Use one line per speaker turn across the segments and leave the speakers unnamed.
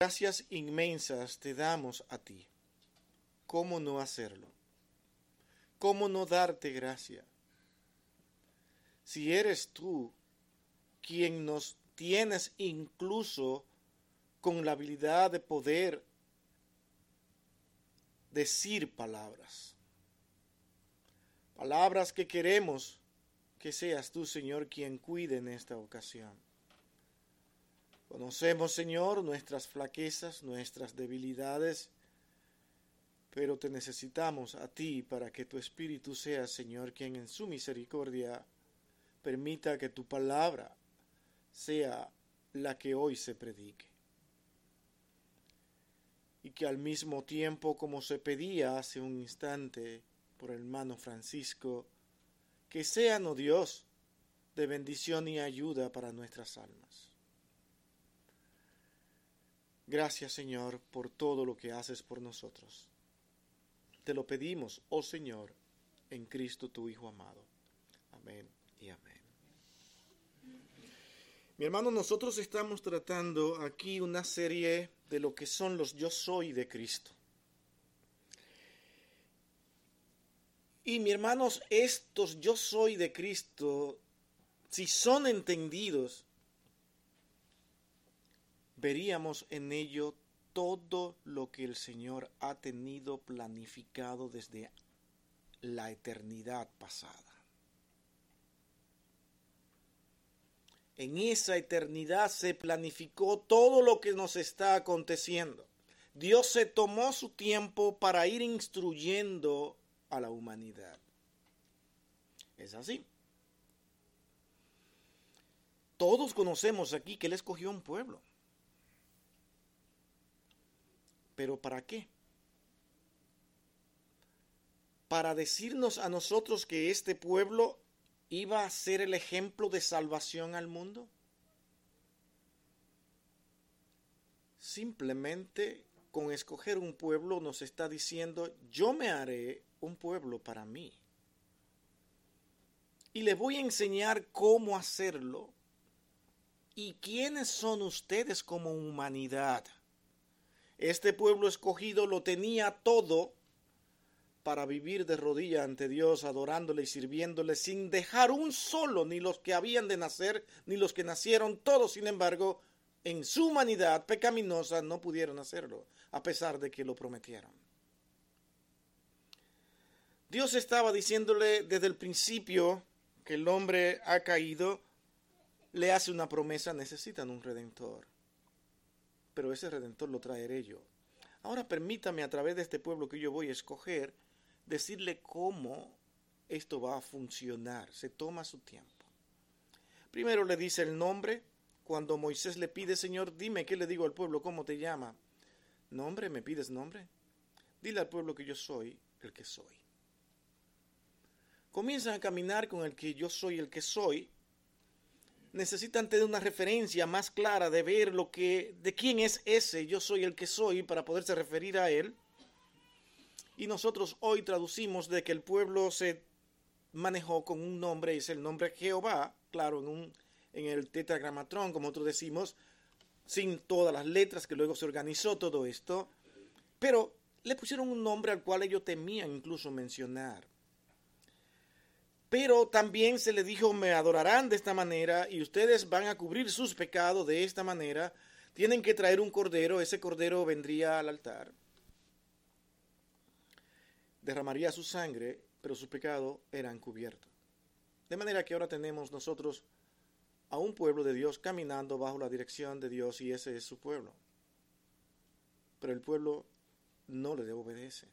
Gracias inmensas te damos a ti. ¿Cómo no hacerlo? ¿Cómo no darte gracia? Si eres tú quien nos tienes incluso con la habilidad de poder decir palabras. Palabras que queremos que seas tú, Señor, quien cuide en esta ocasión. Conocemos, Señor, nuestras flaquezas, nuestras debilidades, pero te necesitamos a ti para que tu Espíritu sea, Señor, quien en su misericordia permita que tu palabra sea la que hoy se predique. Y que al mismo tiempo, como se pedía hace un instante por el hermano Francisco, que sean, oh Dios, de bendición y ayuda para nuestras almas. Gracias, Señor, por todo lo que haces por nosotros. Te lo pedimos, oh Señor, en Cristo tu Hijo amado. Amén y amén. Mi hermano, nosotros estamos tratando aquí una serie de lo que son los yo soy de Cristo. Y mi hermanos, estos yo soy de Cristo, si son entendidos, veríamos en ello todo lo que el Señor ha tenido planificado desde la eternidad pasada. En esa eternidad se planificó todo lo que nos está aconteciendo. Dios se tomó su tiempo para ir instruyendo a la humanidad. Es así. Todos conocemos aquí que Él escogió un pueblo. ¿Pero para qué? Para decirnos a nosotros que este pueblo iba a ser el ejemplo de salvación al mundo. Simplemente con escoger un pueblo nos está diciendo, yo me haré un pueblo para mí. Y le voy a enseñar cómo hacerlo y quiénes son ustedes como humanidad. Este pueblo escogido lo tenía todo para vivir de rodillas ante Dios, adorándole y sirviéndole, sin dejar un solo, ni los que habían de nacer, ni los que nacieron, todos, sin embargo, en su humanidad pecaminosa no pudieron hacerlo, a pesar de que lo prometieron. Dios estaba diciéndole desde el principio que el hombre ha caído, le hace una promesa, necesitan un redentor. Pero ese redentor lo traeré yo. Ahora permítame a través de este pueblo que yo voy a escoger, decirle cómo esto va a funcionar. Se toma su tiempo. Primero le dice el nombre. Cuando Moisés le pide, Señor, dime qué le digo al pueblo, ¿cómo te llama? ¿Nombre? ¿Me pides nombre? Dile al pueblo que yo soy el que soy. Comienzan a caminar con el que yo soy el que soy. Necesitan tener una referencia más clara de ver de quién es ese yo soy el que soy para poderse referir a él. Y nosotros hoy traducimos de que el pueblo se manejó con un nombre, es el nombre Jehová, claro, en el tetragramatrón, como nosotros decimos, sin todas las letras, que luego se organizó todo esto, pero le pusieron un nombre al cual ellos temían incluso mencionar. Pero también se le dijo, me adorarán de esta manera y ustedes van a cubrir sus pecados de esta manera. Tienen que traer un cordero, ese cordero vendría al altar. Derramaría su sangre, pero sus pecados eran cubiertos. De manera que ahora tenemos nosotros a un pueblo de Dios caminando bajo la dirección de Dios y ese es su pueblo. Pero el pueblo no le obedece.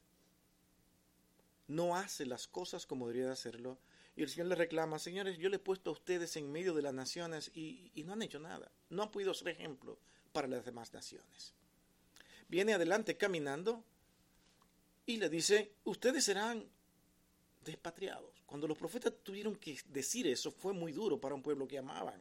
No hace las cosas como debería de hacerlo. Y el Señor le reclama, señores, yo le he puesto a ustedes en medio de las naciones y no han hecho nada. No han podido ser ejemplo para las demás naciones. Viene adelante caminando y le dice, ustedes serán despatriados. Cuando los profetas tuvieron que decir eso, fue muy duro para un pueblo que amaban.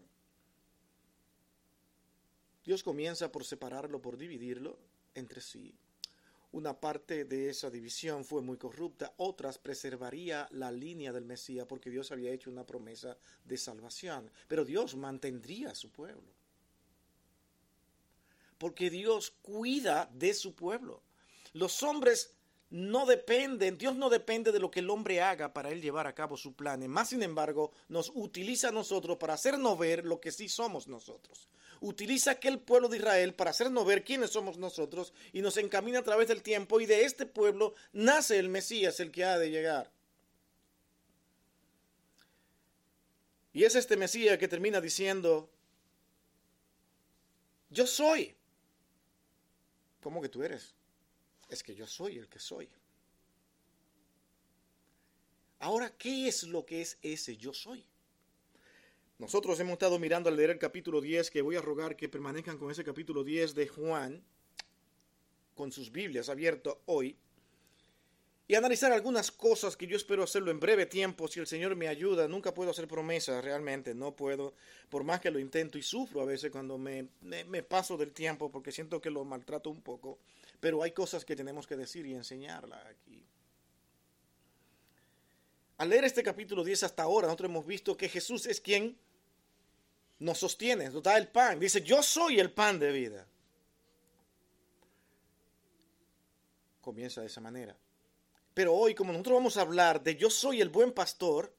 Dios comienza por separarlo, por dividirlo entre sí. Una parte de esa división fue muy corrupta, otras preservaría la línea del Mesías porque Dios había hecho una promesa de salvación, pero Dios mantendría a su pueblo. porque Dios cuida de su pueblo. Los hombres no dependen, Dios no depende de lo que el hombre haga para él llevar a cabo su plan. Más sin embargo, nos utiliza a nosotros para hacernos ver lo que sí somos nosotros. Utiliza aquel pueblo de Israel para hacernos ver quiénes somos nosotros y nos encamina a través del tiempo, y de este pueblo nace el Mesías, el que ha de llegar. Y es este Mesías que termina diciendo: yo soy. ¿Cómo que tú eres? Es que yo soy el que soy. Ahora, ¿qué es lo que es ese yo soy? Nosotros hemos estado mirando al leer el capítulo 10, que voy a rogar que permanezcan con ese capítulo 10 de Juan, con sus Biblias abiertas hoy, y analizar algunas cosas que yo espero hacerlo en breve tiempo, si el Señor me ayuda. Nunca puedo hacer promesas, realmente, no puedo, por más que lo intento, y sufro a veces cuando me paso del tiempo, porque siento que lo maltrato un poco, pero hay cosas que tenemos que decir y enseñarla aquí. Al leer este capítulo 10 hasta ahora, nosotros hemos visto que Jesús es quien nos sostiene, nos da el pan. Dice: yo soy el pan de vida. Comienza de esa manera. Pero hoy, como nosotros vamos a hablar de yo soy el buen pastor,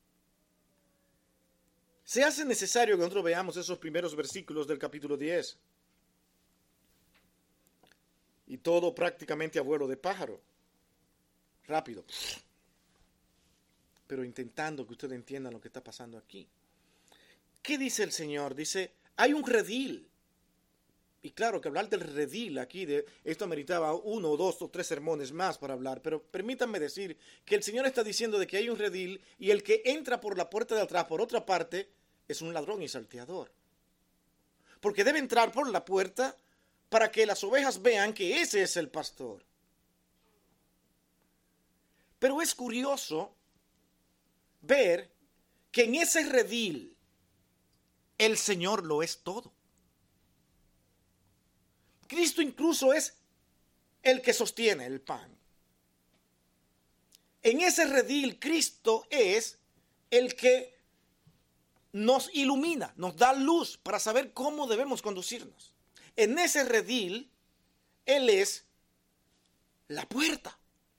se hace necesario que nosotros veamos esos primeros versículos del capítulo 10. Y todo prácticamente a vuelo de pájaro. Rápido. Pero intentando que ustedes entiendan lo que está pasando aquí. ¿Qué dice el Señor? Dice: hay un redil. Y claro que hablar del redil aquí, esto ameritaba 1 o 2 o 3 sermones más para hablar, pero permítanme decir que el Señor está diciendo de que hay un redil, y el que entra por la puerta de atrás, por otra parte, es un ladrón y salteador. Porque debe entrar por la puerta para que las ovejas vean que ese es el pastor. Pero es curioso ver que en ese redil el Señor lo es todo. Cristo incluso es el que sostiene el pan. En ese redil Cristo es el que nos ilumina, nos da luz para saber cómo debemos conducirnos. En ese redil Él es la puerta.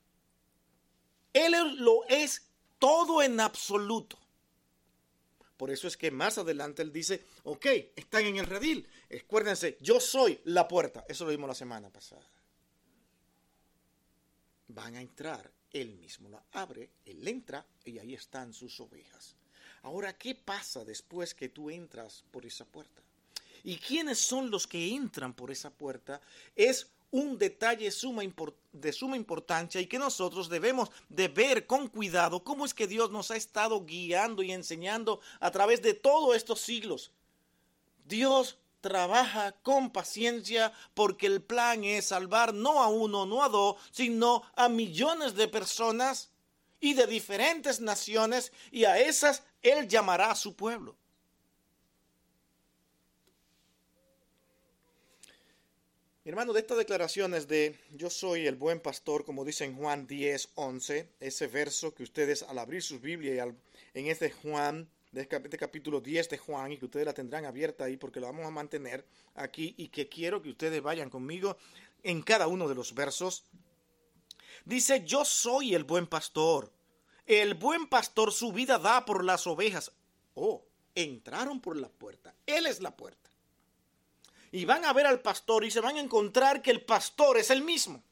Él lo es todo en absoluto. Por eso es que más adelante Él dice: ok, están en el redil. Acuérdense, yo soy la puerta. Eso lo vimos la semana pasada. Van a entrar, Él mismo la abre, Él entra, y ahí están sus ovejas. Ahora, ¿qué pasa después que tú entras por esa puerta? ¿Y quiénes son los que entran por esa puerta? Es un detalle de suma importancia, y que nosotros debemos de ver con cuidado cómo es que Dios nos ha estado guiando y enseñando a través de todos estos siglos. Dios trabaja con paciencia, porque el plan es salvar no a uno, no a dos, sino a millones de personas y de diferentes naciones, y a esas Él llamará a su pueblo. Mi hermano, de estas declaraciones de yo soy el buen pastor, como dice en Juan 10:11, ese verso que ustedes al abrir sus Biblias en este Juan, de este capítulo 10 de Juan, y que ustedes la tendrán abierta ahí porque lo vamos a mantener aquí, y que quiero que ustedes vayan conmigo en cada uno de los versos. Dice: yo soy el buen pastor. El buen pastor su vida da por las ovejas. Oh, entraron por la puerta. Él es la puerta. Y van a ver al pastor y se van a encontrar que el pastor es el mismo.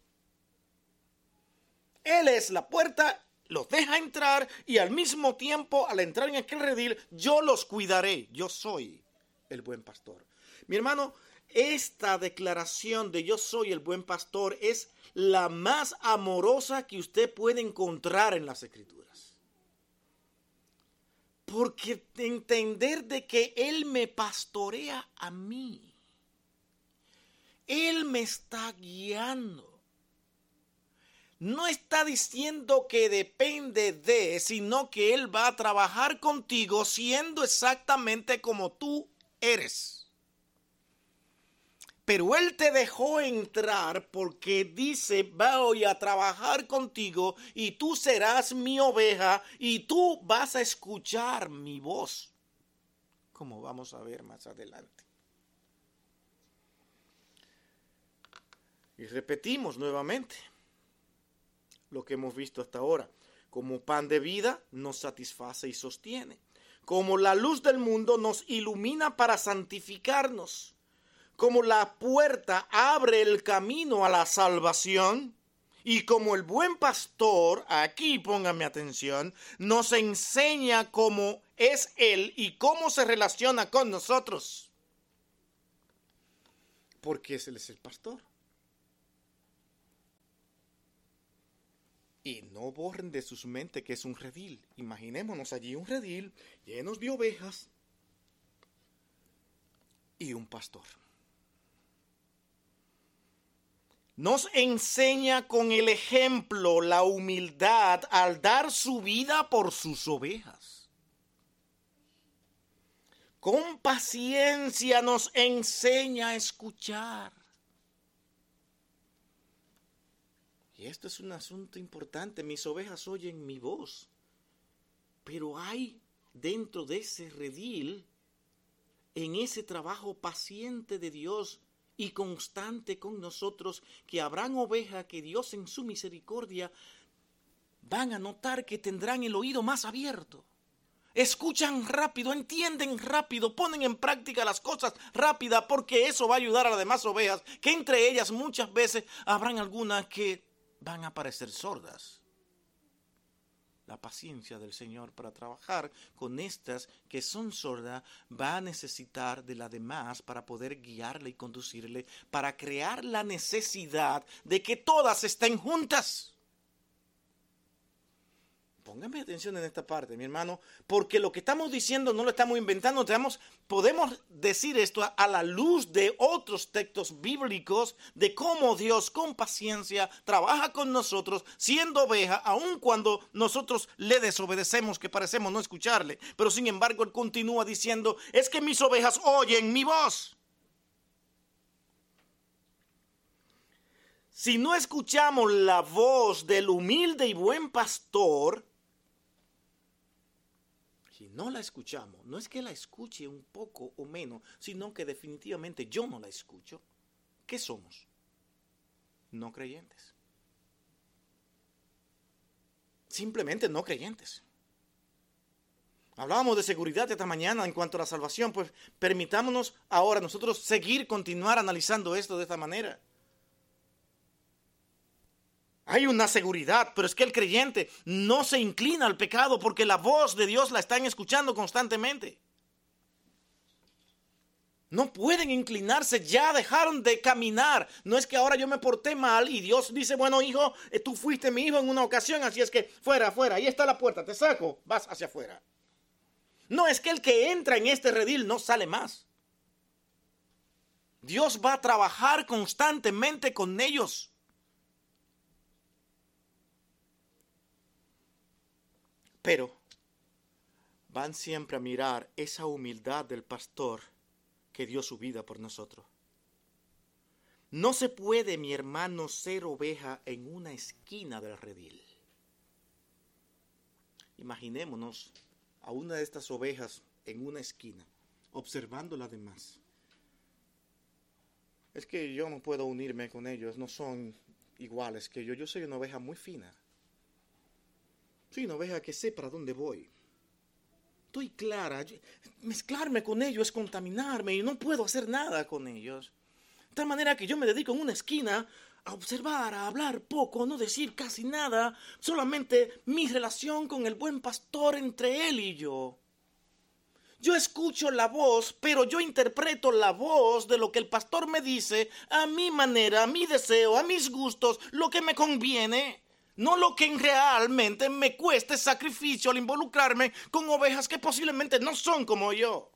Él es la puerta, los deja entrar, y al mismo tiempo, al entrar en aquel redil, yo los cuidaré. Yo soy el buen pastor. Mi hermano, esta declaración de yo soy el buen pastor es la más amorosa que usted puede encontrar en las Escrituras. Porque entender de que Él me pastorea a mí. Él me está guiando. No está diciendo que depende de, sino que Él va a trabajar contigo siendo exactamente como tú eres. Pero Él te dejó entrar porque dice: voy a trabajar contigo y tú serás mi oveja y tú vas a escuchar mi voz, como vamos a ver más adelante. Y repetimos nuevamente lo que hemos visto hasta ahora. Como pan de vida nos satisface y sostiene. Como la luz del mundo nos ilumina para santificarnos. Como la puerta abre el camino a la salvación. Y como el buen pastor, aquí pónganme atención, nos enseña cómo es Él y cómo se relaciona con nosotros. Porque Él es el pastor. Y no borren de sus mentes que es un redil. Imaginémonos allí un redil lleno de ovejas y un pastor. Nos enseña con el ejemplo la humildad al dar su vida por sus ovejas. Con paciencia nos enseña a escuchar. Y esto es un asunto importante. Mis ovejas oyen mi voz. Pero hay dentro de ese redil, en ese trabajo paciente de Dios y constante con nosotros, que habrán ovejas que Dios en su misericordia van a notar que tendrán el oído más abierto. Escuchan rápido, entienden rápido, ponen en práctica las cosas rápidas, porque eso va a ayudar a las demás ovejas, que entre ellas muchas veces habrán algunas que van a parecer sordas. La paciencia del Señor para trabajar con estas que son sordas va a necesitar de las demás para poder guiarle y conducirle, para crear la necesidad de que todas estén juntas. Póngame atención en esta parte, mi hermano, porque lo que estamos diciendo no lo estamos inventando. Podemos decir esto a la luz de otros textos bíblicos de cómo Dios con paciencia trabaja con nosotros siendo oveja, aun cuando nosotros le desobedecemos, que parecemos no escucharle. Pero sin embargo Él continúa diciendo, es que mis ovejas oyen mi voz. Si no escuchamos la voz del humilde y buen pastor, si no la escuchamos, no es que la escuche un poco o menos, sino que definitivamente yo no la escucho, ¿qué somos? No creyentes. Simplemente no creyentes. Hablábamos de seguridad esta mañana en cuanto a la salvación, pues permitámonos ahora nosotros continuar analizando esto de esta manera. Hay una seguridad, pero es que el creyente no se inclina al pecado porque la voz de Dios la están escuchando constantemente. No pueden inclinarse, ya dejaron de caminar. No es que ahora yo me porté mal y Dios dice, bueno hijo, tú fuiste mi hijo en una ocasión, así es que fuera, ahí está la puerta, te saco, vas hacia afuera. No, es que el que entra en este redil no sale más. Dios va a trabajar constantemente con ellos. Pero van siempre a mirar esa humildad del pastor que dio su vida por nosotros. No se puede, mi hermano, ser oveja en una esquina del redil. Imaginémonos a una de estas ovejas en una esquina, observando las demás. Es que yo no puedo unirme con ellos, no son iguales que yo. Yo soy una oveja muy fina. Soy una oveja que sé para dónde voy. Estoy clara. Mezclarme con ellos es contaminarme y no puedo hacer nada con ellos. De tal manera que yo me dedico en una esquina a observar, a hablar poco, no decir casi nada. Solamente mi relación con el buen pastor entre él y yo. Yo escucho la voz, pero yo interpreto la voz de lo que el pastor me dice a mi manera, a mi deseo, a mis gustos, lo que me conviene. No lo que realmente me cueste sacrificio al involucrarme con ovejas que posiblemente no son como yo.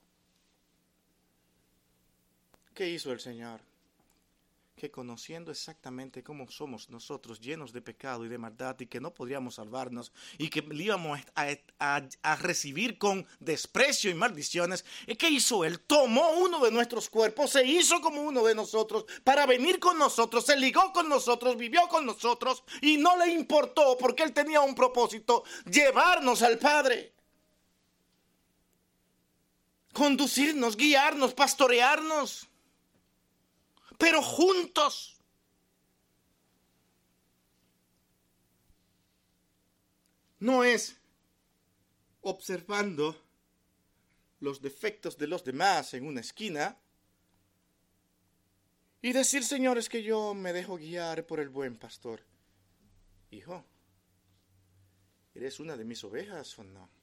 ¿Qué hizo el Señor? Que conociendo exactamente cómo somos nosotros, llenos de pecado y de maldad, y que no podríamos salvarnos, y que íbamos a recibir con desprecio y maldiciones, ¿qué hizo Él? Tomó uno de nuestros cuerpos, se hizo como uno de nosotros, para venir con nosotros, se ligó con nosotros, vivió con nosotros, y no le importó, porque Él tenía un propósito, llevarnos al Padre. Conducirnos, guiarnos, pastorearnos. Pero juntos. no es observando los defectos de los demás en una esquina y decir, Señor, es que yo me dejo guiar por el buen pastor. Hijo, ¿eres una de mis ovejas o no?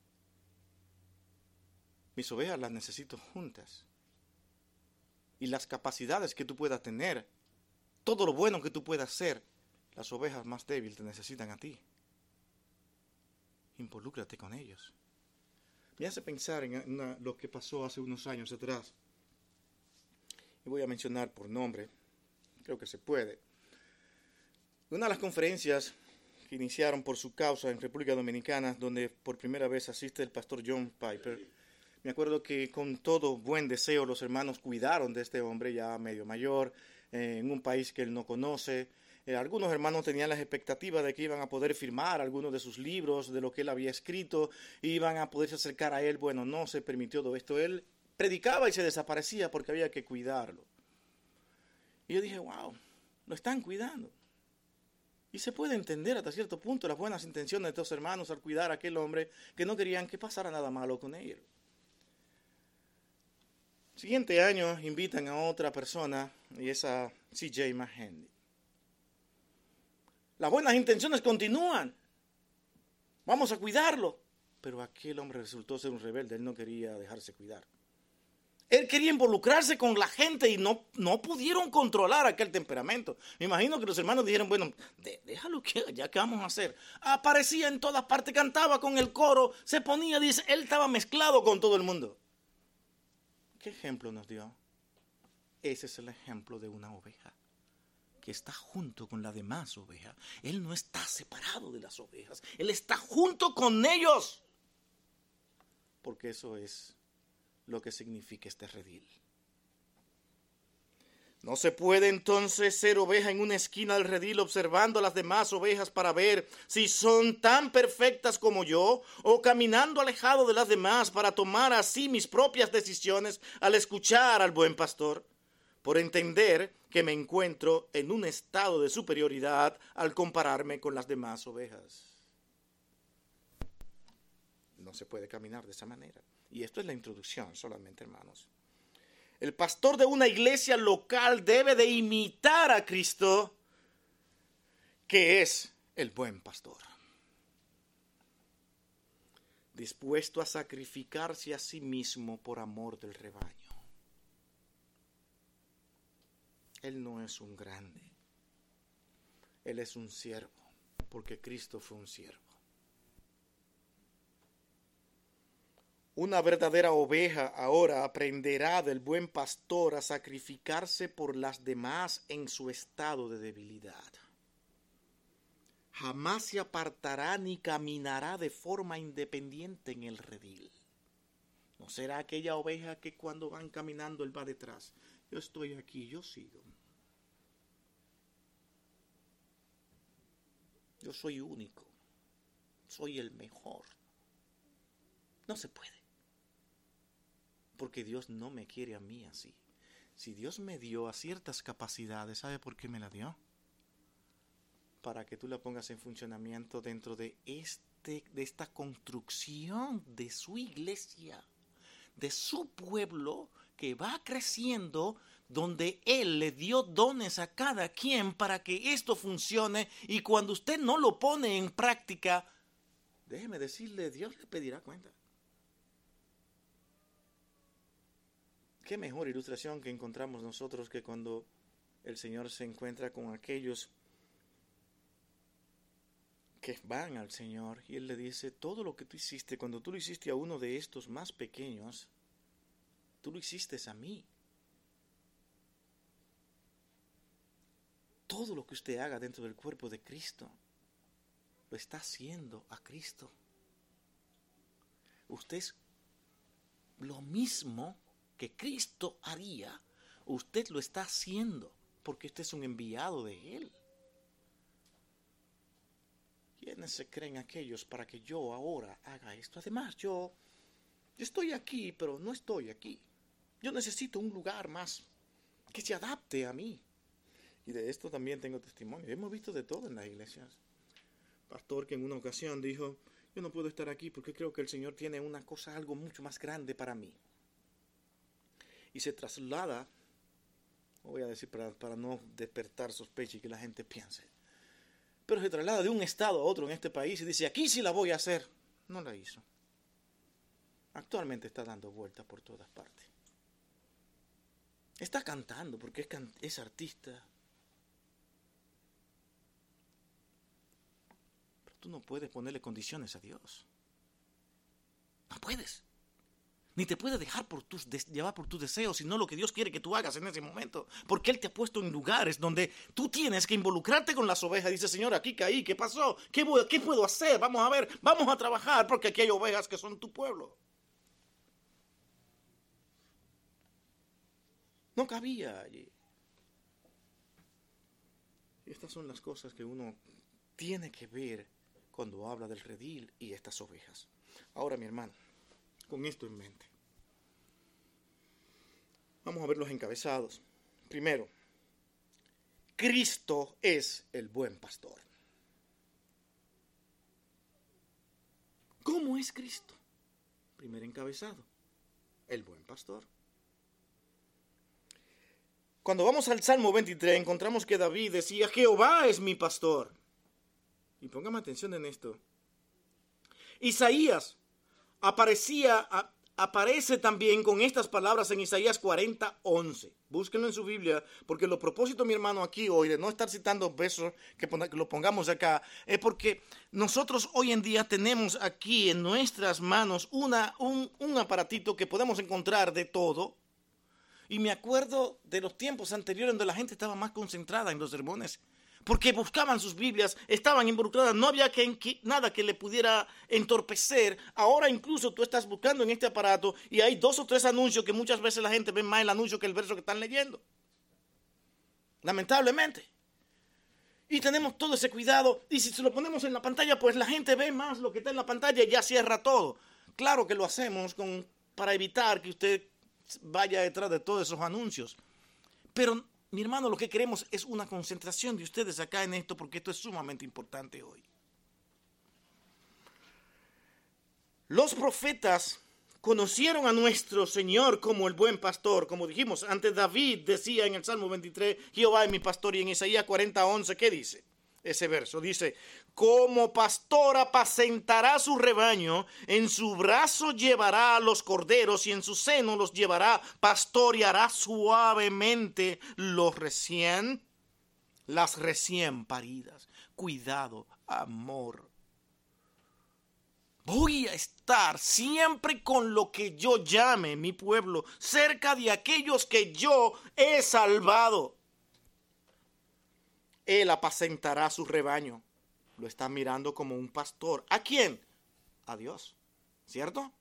Mis ovejas las necesito juntas. Y las capacidades que tú puedas tener, todo lo bueno que tú puedas hacer, las ovejas más débiles te necesitan a ti. Involúcrate con ellos. Me hace pensar en lo que pasó hace unos años atrás. Y voy a mencionar por nombre, creo que se puede. Una de las conferencias que iniciaron por su causa en República Dominicana, donde por primera vez asiste el pastor John Piper, me acuerdo que con todo buen deseo los hermanos cuidaron de este hombre ya medio mayor, en un país que él no conoce. Algunos hermanos tenían las expectativas de que iban a poder firmar algunos de sus libros, de lo que él había escrito, iban a poderse acercar a él. Bueno, no se permitió todo esto. Él predicaba y se desaparecía porque había que cuidarlo. Y yo dije, wow, lo están cuidando. Y se puede entender hasta cierto punto las buenas intenciones de estos hermanos al cuidar a aquel hombre que no querían que pasara nada malo con él. Siguiente año invitan a otra persona y es a C.J. Mahandy. Las buenas intenciones continúan. Vamos a cuidarlo. Pero aquel hombre resultó ser un rebelde. Él no quería dejarse cuidar. Él quería involucrarse con la gente y no pudieron controlar aquel temperamento. Me imagino que los hermanos dijeron, bueno, déjalo que ya que vamos a hacer. Aparecía en todas partes, cantaba con el coro, se ponía, dice, él estaba mezclado con todo el mundo. ¿Qué ejemplo nos dio? Ese es el ejemplo de una oveja que está junto con la demás oveja. Él no está separado de las ovejas. Él está junto con ellos. Porque eso es lo que significa este redil. No se puede entonces ser oveja en una esquina del redil observando a las demás ovejas para ver si son tan perfectas como yo, o caminando alejado de las demás para tomar así mis propias decisiones al escuchar al buen pastor, por entender que me encuentro en un estado de superioridad al compararme con las demás ovejas. No se puede caminar de esa manera. Y esto es la introducción solamente, hermanos. El pastor de una iglesia local debe de imitar a Cristo, que es el buen pastor. Dispuesto a sacrificarse a sí mismo por amor del rebaño. Él no es un grande. Él es un siervo, porque Cristo fue un siervo. Una verdadera oveja ahora aprenderá del buen pastor a sacrificarse por las demás en su estado de debilidad. Jamás se apartará ni caminará de forma independiente en el redil. No será aquella oveja que cuando van caminando él va detrás. Yo estoy aquí, yo sigo. Yo soy único. Soy el mejor. No se puede. Porque Dios no me quiere a mí así. Si Dios me dio a ciertas capacidades, ¿sabe por qué me la dio? Para que tú la pongas en funcionamiento dentro de esta construcción de su iglesia, de su pueblo que va creciendo, donde Él le dio dones a cada quien para que esto funcione, y cuando usted no lo pone en práctica, déjeme decirle, Dios le pedirá cuenta. Qué mejor ilustración que encontramos nosotros que cuando el Señor se encuentra con aquellos que van al Señor y Él le dice, todo lo que tú hiciste, cuando tú lo hiciste a uno de estos más pequeños, tú lo hiciste a mí. Todo lo que usted haga dentro del cuerpo de Cristo, lo está haciendo a Cristo. Usted es lo mismo que Cristo haría, usted lo está haciendo, porque usted es un enviado de Él. ¿Quiénes se creen aquellos para que yo ahora haga esto? Además, yo estoy aquí, pero no estoy aquí. Yo necesito un lugar más que se adapte a mí. Y de esto también tengo testimonio. Hemos visto de todo en las iglesias. pastor que en una ocasión dijo, yo no puedo estar aquí porque creo que el Señor tiene una cosa, algo mucho más grande para mí. Y se traslada, voy a decir para no despertar sospecha y que la gente piense, pero se traslada de un estado a otro en este país y dice, aquí sí la voy a hacer. No la hizo. Actualmente está dando vueltas por todas partes. Está cantando porque es artista. Pero tú no puedes ponerle condiciones a Dios. No puedes. Ni te puedes dejar llevar por tus deseos, sino lo que Dios quiere que tú hagas en ese momento. Porque Él te ha puesto en lugares donde tú tienes que involucrarte con las ovejas. Dice, Señor, aquí caí, ¿qué pasó? ¿Qué puedo hacer? Vamos a ver, vamos a trabajar, porque aquí hay ovejas que son tu pueblo. No cabía allí. Y estas son las cosas que uno tiene que ver cuando habla del redil y estas ovejas. Ahora, mi hermano, con esto en mente, vamos a ver los encabezados. Primero, Cristo es el buen pastor. ¿Cómo es Cristo? Primer encabezado, el buen pastor. Cuando vamos al Salmo 23, encontramos que David decía, Jehová es mi pastor. Y póngame atención en esto. Isaías aparece también con estas palabras en Isaías 40:11. Búsquenlo en su Biblia, porque los propósitos, mi hermano, aquí hoy, de no estar citando versos que lo pongamos acá, es porque nosotros hoy en día tenemos aquí en nuestras manos un aparatito que podemos encontrar de todo. Y me acuerdo de los tiempos anteriores donde la gente estaba más concentrada en los sermones, porque buscaban sus Biblias, estaban involucradas, no había nada que le pudiera entorpecer. Ahora incluso tú estás buscando en este aparato y hay 2 o 3 anuncios que muchas veces la gente ve más el anuncio que el verso que están leyendo. Lamentablemente. Y tenemos todo ese cuidado, y si se lo ponemos en la pantalla, pues la gente ve más lo que está en la pantalla y ya cierra todo. Claro que lo hacemos para evitar que usted vaya detrás de todos esos anuncios. Pero, mi hermano, lo que queremos es una concentración de ustedes acá en esto, porque esto es sumamente importante hoy. Los profetas conocieron a nuestro Señor como el buen pastor. Como dijimos, antes David decía en el Salmo 23, Jehová es mi pastor, y en Isaías 40:11, ¿qué dice? Ese verso dice, como pastor apacentará su rebaño, en su brazo llevará a los corderos y en su seno los llevará, pastoreará suavemente las recién paridas. Cuidado, amor. Voy a estar siempre con lo que yo llame mi pueblo, cerca de aquellos que yo he salvado. Él apacentará su rebaño. Lo está mirando como un pastor. ¿A quién? A Dios. ¿Cierto?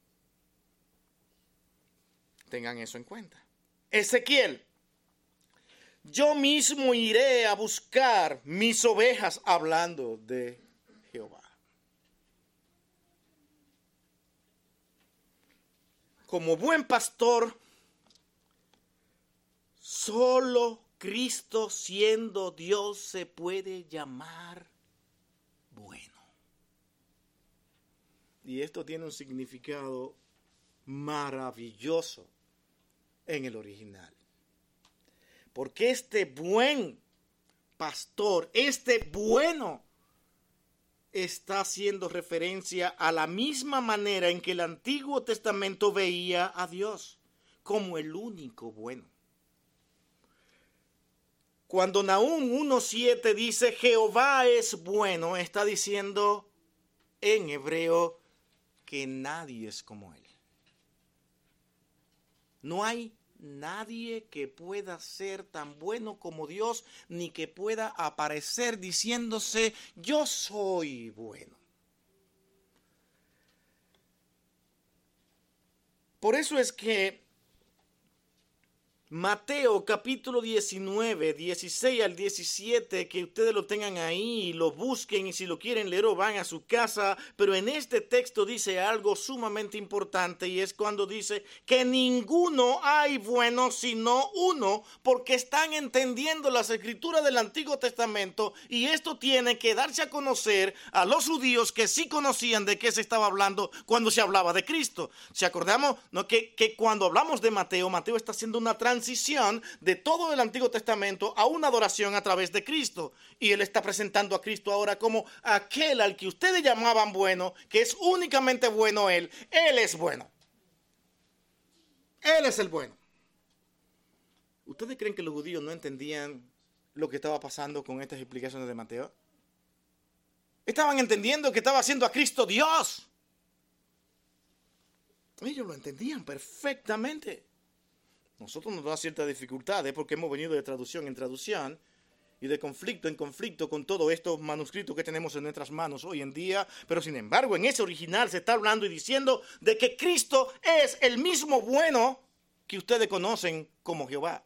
Tengan eso en cuenta. Ezequiel. Yo mismo iré a buscar mis ovejas, hablando de Jehová. Como buen pastor, solo Cristo, siendo Dios, se puede llamar bueno. Y esto tiene un significado maravilloso en el original. Porque este buen pastor, este bueno, está haciendo referencia a la misma manera en que el Antiguo Testamento veía a Dios como el único bueno. Cuando Nahum 1:7 dice Jehová es bueno, está diciendo en hebreo que nadie es como él. No hay nadie que pueda ser tan bueno como Dios, ni que pueda aparecer diciéndose yo soy bueno. Por eso es que Mateo capítulo 19, 16 al 17, que ustedes lo tengan ahí, lo busquen y si lo quieren leer o van a su casa, pero en este texto dice algo sumamente importante y es cuando dice que ninguno hay bueno sino uno, porque están entendiendo las escrituras del Antiguo Testamento y esto tiene que darse a conocer a los judíos que sí conocían de qué se estaba hablando cuando se hablaba de Cristo. Si acordamos, ¿no? que cuando hablamos de Mateo, Mateo está haciendo una transición de todo el Antiguo Testamento a una adoración a través de Cristo. Y él está presentando a Cristo ahora como aquel al que ustedes llamaban bueno, que es únicamente bueno él. Él es bueno. Él es el bueno. ¿Ustedes creen que los judíos no entendían lo que estaba pasando con estas explicaciones de Mateo? Estaban entendiendo que estaba haciendo a Cristo Dios. Ellos lo entendían perfectamente. Nosotros nos da ciertas dificultades porque hemos venido de traducción en traducción y de conflicto en conflicto con todos estos manuscritos que tenemos en nuestras manos hoy en día. Pero sin embargo, en ese original se está hablando y diciendo de que Cristo es el mismo bueno que ustedes conocen como Jehová.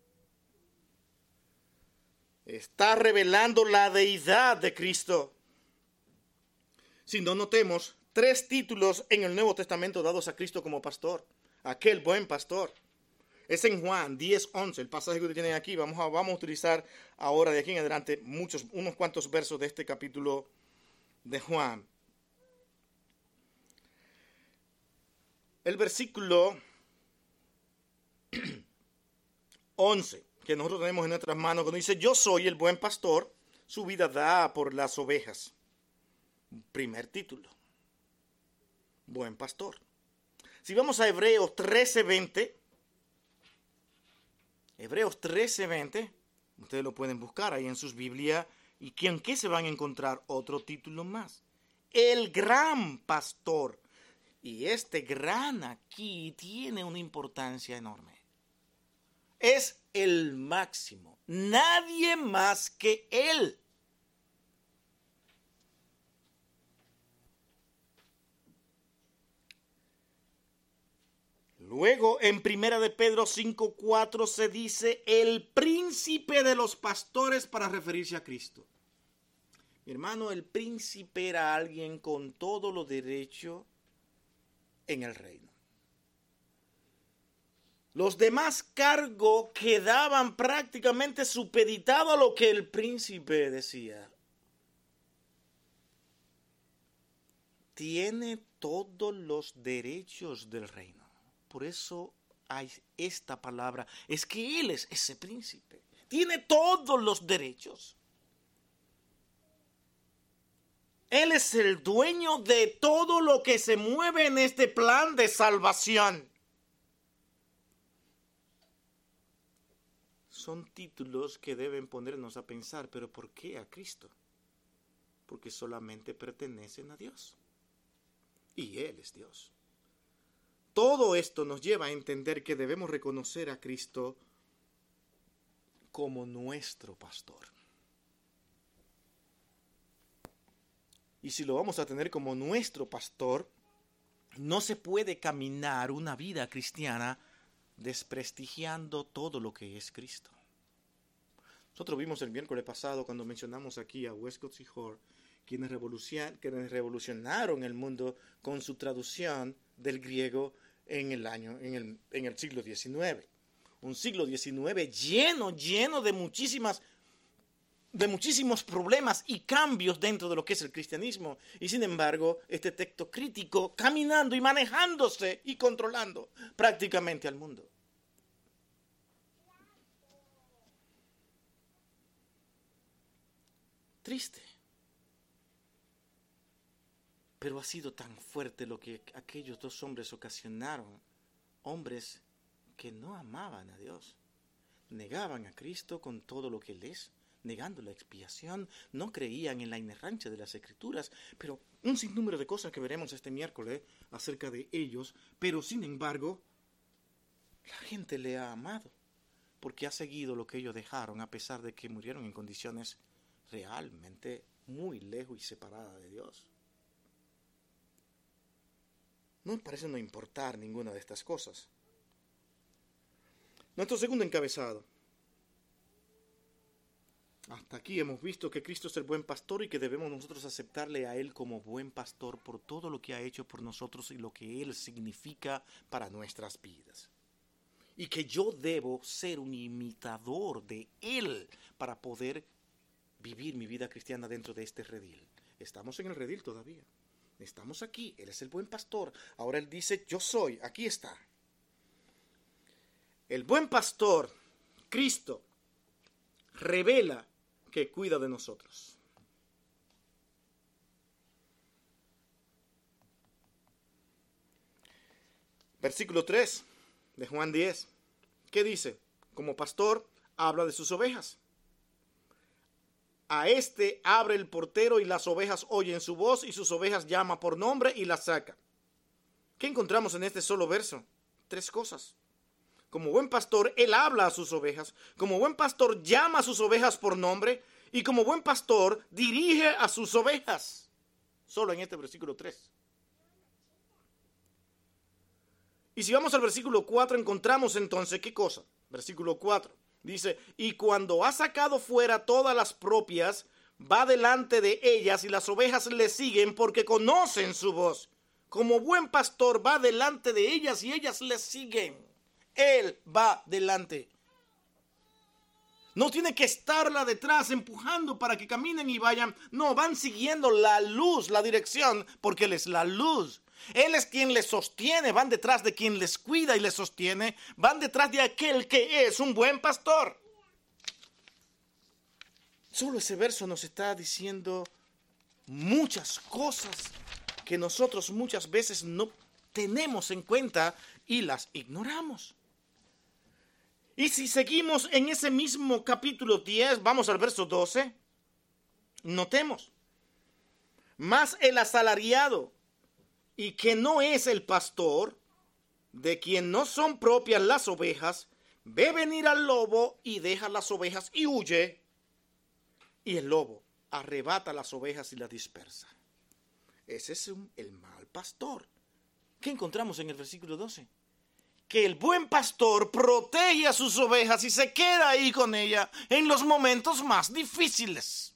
Está revelando la deidad de Cristo. Si no, notemos 3 títulos en el Nuevo Testamento dados a Cristo como pastor. Aquel buen pastor. Es en Juan 10:11, el pasaje que tienen aquí. Vamos a utilizar ahora de aquí en adelante unos cuantos versos de este capítulo de Juan. El versículo 11, que nosotros tenemos en nuestras manos, cuando dice, yo soy el buen pastor, su vida da por las ovejas. Primer título. Buen pastor. Si vamos a Hebreos 13:20, Hebreos 13:20, ustedes lo pueden buscar ahí en sus Biblias, y ¿en qué se van a encontrar? Otro título más. El gran pastor. Y este gran aquí tiene una importancia enorme. Es el máximo. Nadie más que él. Luego, en Primera de Pedro 5:4 se dice el príncipe de los pastores para referirse a Cristo. Mi hermano, el príncipe era alguien con todo lo derecho en el reino. Los demás cargos quedaban prácticamente supeditados a lo que el príncipe decía. Tiene todos los derechos del reino. Por eso hay esta palabra. Es que él es ese príncipe. Tiene todos los derechos. Él es el dueño de todo lo que se mueve en este plan de salvación. Son títulos que deben ponernos a pensar, pero ¿por qué a Cristo? Porque solamente pertenecen a Dios. Y Él es Dios. Todo esto nos lleva a entender que debemos reconocer a Cristo como nuestro pastor. Y si lo vamos a tener como nuestro pastor, no se puede caminar una vida cristiana desprestigiando todo lo que es Cristo. Nosotros vimos el miércoles pasado cuando mencionamos aquí a Westcott y Hort, quienes revolucionaron el mundo con su traducción del griego en el siglo XIX. Un siglo XIX lleno de muchísimos problemas y cambios dentro de lo que es el cristianismo. Y sin embargo, este texto crítico caminando y manejándose y controlando prácticamente al mundo. Triste. Pero ha sido tan fuerte lo que aquellos 2 hombres ocasionaron. Hombres que no amaban a Dios. Negaban a Cristo con todo lo que Él es. Negando la expiación. No creían en la inerrancia de las Escrituras. Pero un sinnúmero de cosas que veremos este miércoles acerca de ellos. Pero sin embargo, la gente le ha amado. Porque ha seguido lo que ellos dejaron a pesar de que murieron en condiciones realmente muy lejos y separadas de Dios. No parece no importar ninguna de estas cosas. Nuestro segundo encabezado. Hasta aquí hemos visto que Cristo es el buen pastor y que debemos nosotros aceptarle a Él como buen pastor por todo lo que ha hecho por nosotros y lo que Él significa para nuestras vidas. Y que yo debo ser un imitador de Él para poder vivir mi vida cristiana dentro de este redil. Estamos en el redil todavía. Estamos aquí. Él es el buen pastor. Ahora Él dice, yo soy. Aquí está. El buen pastor, Cristo, revela que cuida de nosotros. Versículo 3 de Juan 10. ¿Qué dice? Como pastor, habla de sus ovejas. A este abre el portero y las ovejas oyen su voz y sus ovejas llama por nombre y las saca. ¿Qué encontramos en este solo verso? 3 cosas. Como buen pastor, Él habla a sus ovejas. Como buen pastor, llama a sus ovejas por nombre. Y como buen pastor, dirige a sus ovejas. Solo en este versículo 3. Y si vamos al versículo 4, encontramos entonces, ¿qué cosa? Versículo 4. Dice, y cuando ha sacado fuera todas las propias, va delante de ellas y las ovejas le siguen porque conocen su voz. Como buen pastor va delante de ellas y ellas le siguen. Él va delante. No tiene que estarla detrás empujando para que caminen y vayan. No, van siguiendo la luz, la dirección, porque Él es la luz. Él es quien les sostiene, van detrás de quien les cuida y les sostiene, van detrás de aquel que es un buen pastor. Solo ese verso nos está diciendo muchas cosas que nosotros muchas veces no tenemos en cuenta y las ignoramos. Y si seguimos en ese mismo capítulo 10, vamos al verso 12, notemos, mas el asalariado, y que no es el pastor, de quien no son propias las ovejas, ve venir al lobo y deja las ovejas y huye, y el lobo arrebata las ovejas y las dispersa. Ese es el mal pastor. ¿Qué encontramos en el versículo 12? Que el buen pastor protege a sus ovejas y se queda ahí con ella en los momentos más difíciles.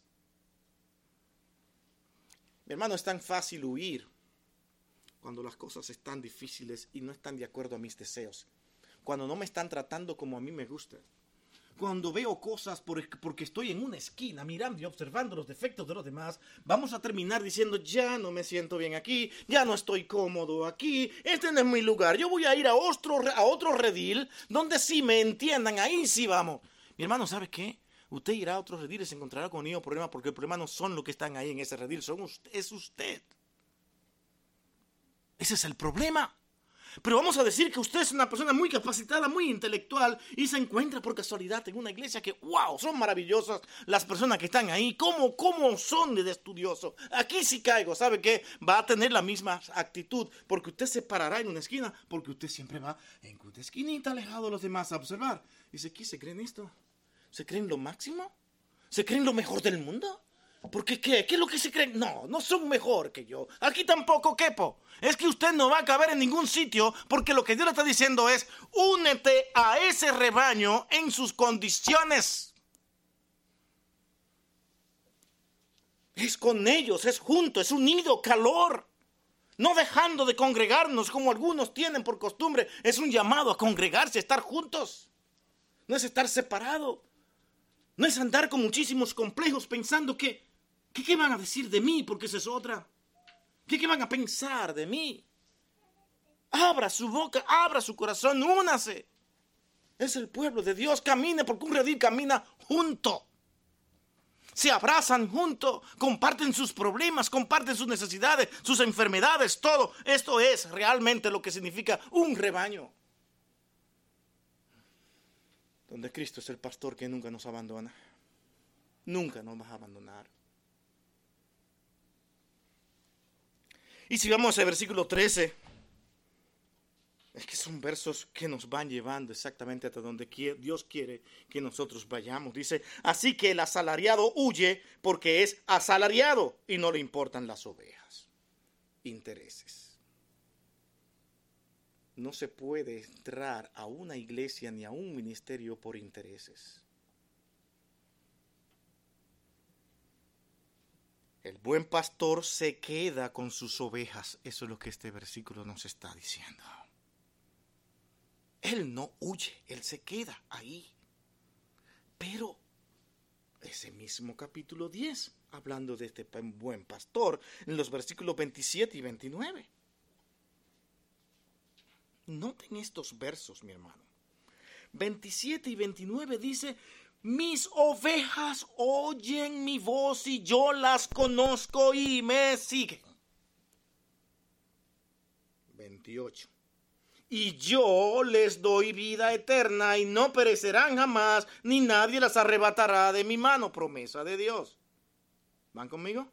Mi hermano, es tan fácil huir cuando las cosas están difíciles y no están de acuerdo a mis deseos. Cuando no me están tratando como a mí me gusta. Cuando veo cosas porque estoy en una esquina mirando y observando los defectos de los demás, vamos a terminar diciendo, ya no me siento bien aquí, ya no estoy cómodo aquí, este no es mi lugar, yo voy a ir a otro redil donde sí me entiendan, ahí sí vamos. Mi hermano, ¿sabe qué? Usted irá a otros rediles y se encontrará con el mismo problema, porque el problema no son los que están ahí en ese redil, es usted. Ese es el problema. Pero vamos a decir que usted es una persona muy capacitada, muy intelectual, y se encuentra por casualidad en una iglesia que, wow, son maravillosas las personas que están ahí. ¿Cómo son de estudioso? Aquí sí caigo, ¿sabe qué? Va a tener la misma actitud, porque usted se parará en una esquina, porque usted siempre va en una esquinita alejado de los demás a observar. Dice, ¿qué se creen esto? ¿Se creen lo máximo? ¿Se creen lo mejor del mundo? ¿Porque qué? ¿Qué es lo que se creen? No son mejor que yo. Aquí tampoco quepo. Es que usted no va a caber en ningún sitio, porque lo que Dios le está diciendo es, únete a ese rebaño en sus condiciones. Es con ellos, es junto, es unido, calor. No dejando de congregarnos como algunos tienen por costumbre. Es un llamado a congregarse, a estar juntos. No es estar separado. No es andar con muchísimos complejos pensando ¿qué van a decir de mí? Porque esa es otra. ¿Qué van a pensar de mí? Abra su boca, abra su corazón, únase. Es el pueblo de Dios, camine porque un redil camina junto. Se abrazan juntos, comparten sus problemas, comparten sus necesidades, sus enfermedades, todo. Esto es realmente lo que significa un rebaño. Donde Cristo es el pastor que nunca nos abandona. Nunca nos va a abandonar. Y si vamos al versículo 13, es que son versos que nos van llevando exactamente hasta donde Dios quiere que nosotros vayamos. Dice, así que el asalariado huye porque es asalariado y no le importan las ovejas. Intereses. no se puede entrar a una iglesia ni a un ministerio por intereses. El buen pastor se queda con sus ovejas. Eso es lo que este versículo nos está diciendo. Él no huye, él se queda ahí. Pero ese mismo capítulo 10, hablando de este buen pastor, en los versículos 27 y 29. Noten estos versos, mi hermano. 27 y 29 dice: mis ovejas oyen mi voz y yo las conozco y me siguen. 28. Y yo les doy vida eterna y no perecerán jamás, ni nadie las arrebatará de mi mano. Promesa de Dios. ¿Van conmigo?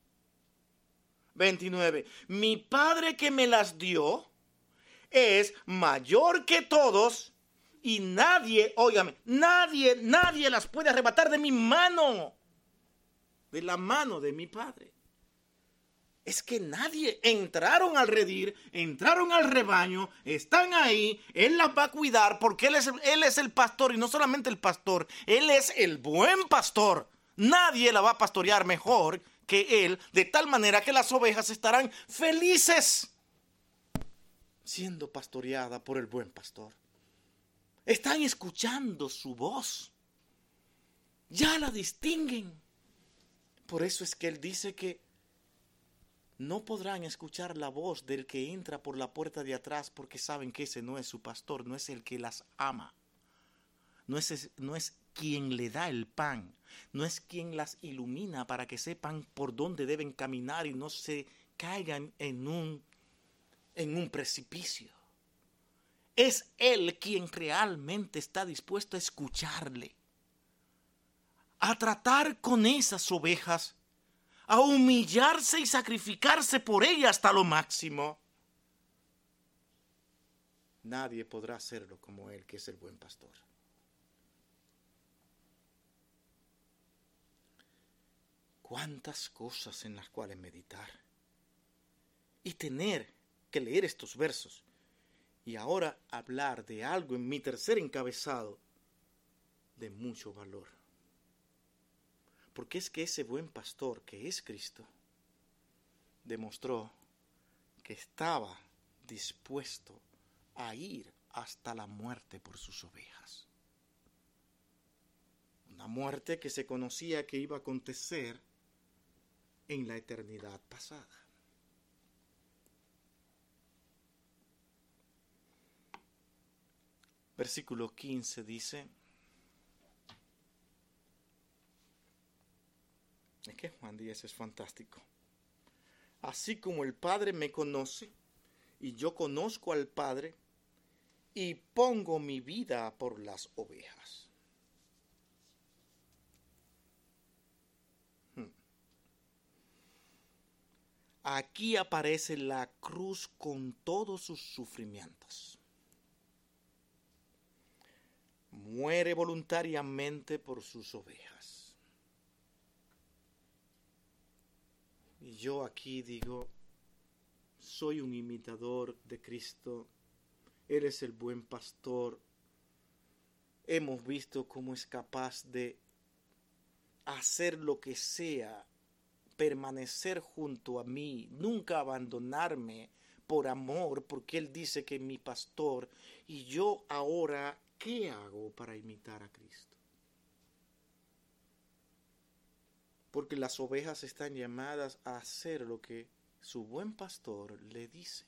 29. Mi Padre que me las dio es mayor que todos y nadie, óigame, nadie las puede arrebatar de mi mano, de la mano de mi Padre. Es que nadie, entraron al redil, entraron al rebaño, están ahí, Él las va a cuidar porque Él es el pastor, y no solamente el pastor, Él es el buen pastor. Nadie la va a pastorear mejor que Él, de tal manera que las ovejas estarán felices siendo pastoreada por el buen pastor. Están escuchando su voz. Ya la distinguen. Por eso es que Él dice que no podrán escuchar la voz del que entra por la puerta de atrás, porque saben que ese no es su pastor, no es el que las ama. No es quien le da el pan, no es quien las ilumina para que sepan por dónde deben caminar y no se caigan en un precipicio. Es Él quien realmente está dispuesto a escucharle, a tratar con esas ovejas, a humillarse y sacrificarse por ellas hasta lo máximo. Nadie podrá hacerlo como Él, que es el buen pastor. Cuántas cosas en las cuales meditar y tener que leer estos versos. Y ahora hablar de algo en mi tercer encabezado de mucho valor. Porque es que ese buen pastor que es Cristo demostró que estaba dispuesto a ir hasta la muerte por sus ovejas. Una muerte que se conocía que iba a acontecer en la eternidad pasada. Versículo 15 dice, es que Juan 10 es fantástico. Así como el Padre me conoce y yo conozco al Padre y pongo mi vida por las ovejas. Aquí aparece la cruz con todos sus sufrimientos. Muere voluntariamente por sus ovejas. Y yo aquí digo, soy un imitador de Cristo. Él es el buen pastor. Hemos visto cómo es capaz de hacer lo que sea, permanecer junto a mí, nunca abandonarme por amor, porque Él dice que es mi pastor. Y yo ahora, ¿qué hago para imitar a Cristo? Porque las ovejas están llamadas a hacer lo que su buen pastor le dice.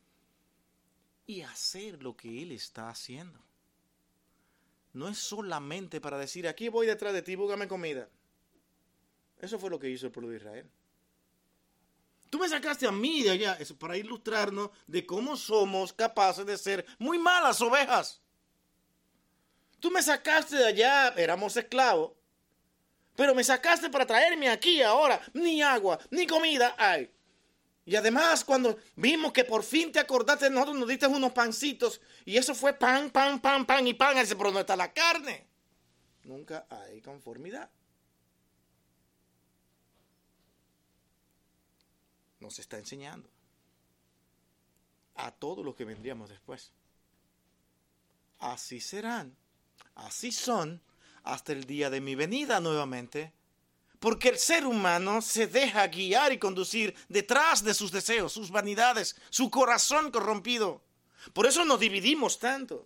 Y hacer lo que Él está haciendo. No es solamente para decir, aquí voy detrás de ti, búscame comida. Eso fue lo que hizo el pueblo de Israel. Tú me sacaste a mí de allá, eso para ilustrarnos de cómo somos capaces de ser muy malas ovejas. Tú me sacaste de allá, éramos esclavos, pero me sacaste para traerme aquí ahora, ni agua, ni comida hay. Y además, cuando vimos que por fin te acordaste de nosotros, nos diste unos pancitos, y eso fue pan, y pan, ese, pero no está la carne. Nunca hay conformidad. Nos está enseñando a todo lo que vendríamos después. Así serán, así son, hasta el día de mi venida nuevamente, porque el ser humano se deja guiar y conducir detrás de sus deseos, sus vanidades, su corazón corrompido. Por eso nos dividimos tanto.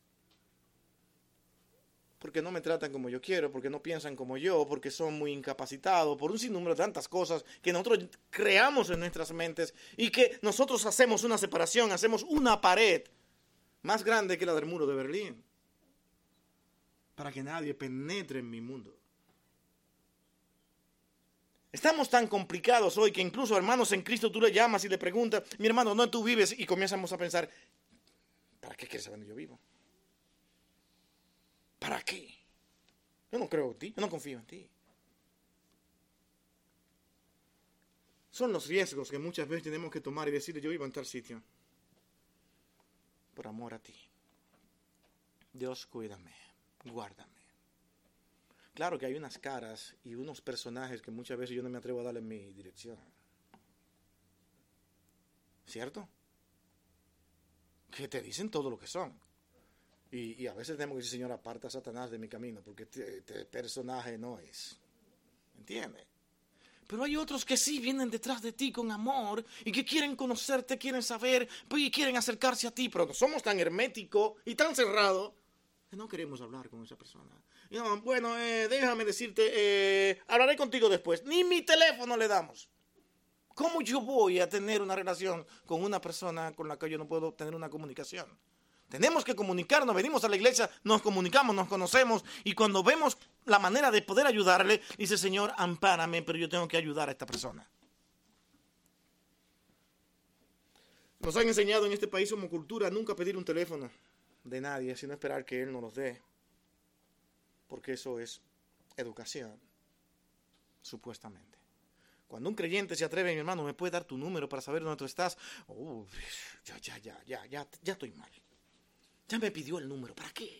Porque no me tratan como yo quiero, porque no piensan como yo, porque son muy incapacitados, por un sinnúmero de tantas cosas que nosotros creamos en nuestras mentes y que nosotros hacemos una separación, hacemos una pared más grande que la del muro de Berlín, para que nadie penetre en mi mundo. Estamos tan complicados hoy que incluso hermanos en Cristo tú le llamas y le preguntas, mi hermano, ¿dónde tú vives? Y comenzamos a pensar, ¿para qué quieres saber dónde yo vivo? ¿Para qué? Yo no creo en ti, yo no confío en ti. Son los riesgos que muchas veces tenemos que tomar y decirle, yo vivo en tal sitio, por amor a ti. Dios, cuídame, guárdame. Claro que hay unas caras y unos personajes que muchas veces yo no me atrevo a darle en mi dirección. ¿Cierto? Que te dicen todo lo que son. Y a veces tenemos que decir, Señor, aparta a Satanás de mi camino, porque este personaje no es. ¿Entiendes? Pero hay otros que sí vienen detrás de ti con amor y que quieren conocerte, quieren saber y quieren acercarse a ti, pero somos tan herméticos y tan cerrados que no queremos hablar con esa persona. Y no, bueno, déjame decirte, hablaré contigo después. Ni mi teléfono le damos. ¿Cómo yo voy a tener una relación con una persona con la que yo no puedo tener una comunicación? Tenemos que comunicarnos, venimos a la iglesia, nos comunicamos, nos conocemos y cuando vemos la manera de poder ayudarle, dice, Señor, ampárame, pero yo tengo que ayudar a esta persona. Nos han enseñado en este país como cultura nunca pedir un teléfono de nadie, sino esperar que Él nos los dé. Porque eso es educación, supuestamente. Cuando un creyente se atreve, mi hermano, ¿me puede dar tu número para saber dónde tú estás? Ya estoy mal. Ya me pidió el número, ¿para qué?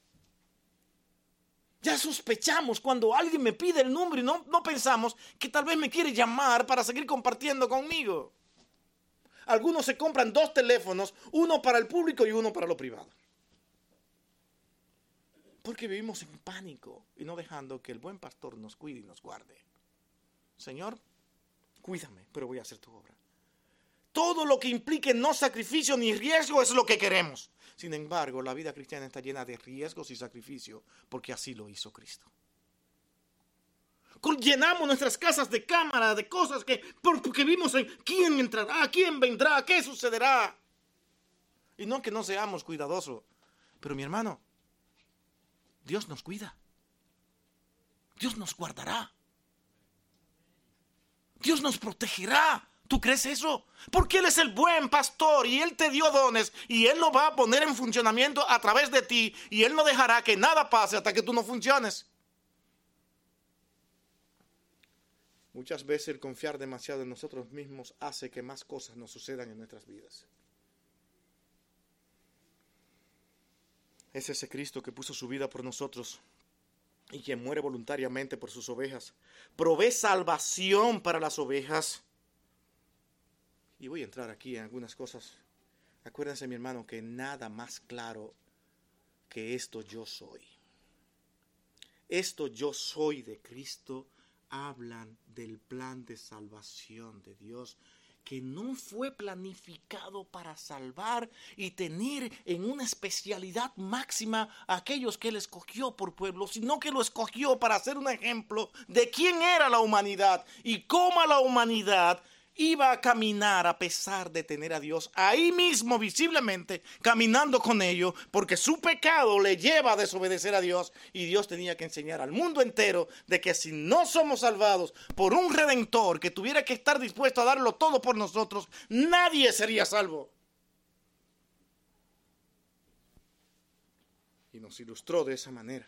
Ya sospechamos cuando alguien me pide el número y no pensamos que tal vez me quiere llamar para seguir compartiendo conmigo. Algunos se compran 2 teléfonos, uno para el público y uno para lo privado. Porque vivimos en pánico y no dejando que el buen pastor nos cuide y nos guarde. Señor, cuídame, pero voy a hacer tu obra. Todo lo que implique no sacrificio ni riesgo es lo que queremos. Sin embargo, la vida cristiana está llena de riesgos y sacrificio porque así lo hizo Cristo. Llenamos nuestras casas de cámaras, de cosas porque vimos en quién entrará, quién vendrá, qué sucederá. Y no que no seamos cuidadosos. Pero mi hermano, Dios nos cuida. Dios nos guardará. Dios nos protegerá. ¿Tú crees eso? Porque Él es el buen pastor y Él te dio dones y Él lo va a poner en funcionamiento a través de ti y Él no dejará que nada pase hasta que tú no funciones. Muchas veces el confiar demasiado en nosotros mismos hace que más cosas nos sucedan en nuestras vidas. Es ese Cristo que puso su vida por nosotros y quien muere voluntariamente por sus ovejas. Provee salvación para las ovejas. Y voy a entrar aquí en algunas cosas. Acuérdense, mi hermano, que nada más claro que esto yo soy. Esto yo soy de Cristo hablan del plan de salvación de Dios, que no fue planificado para salvar y tener en una especialidad máxima a aquellos que Él escogió por pueblo, sino que lo escogió para hacer un ejemplo de quién era la humanidad y cómo la humanidad iba a caminar a pesar de tener a Dios ahí mismo visiblemente caminando con ellos, porque su pecado le lleva a desobedecer a Dios y Dios tenía que enseñar al mundo entero de que si no somos salvados por un Redentor que tuviera que estar dispuesto a darlo todo por nosotros, nadie sería salvo. Y nos ilustró de esa manera.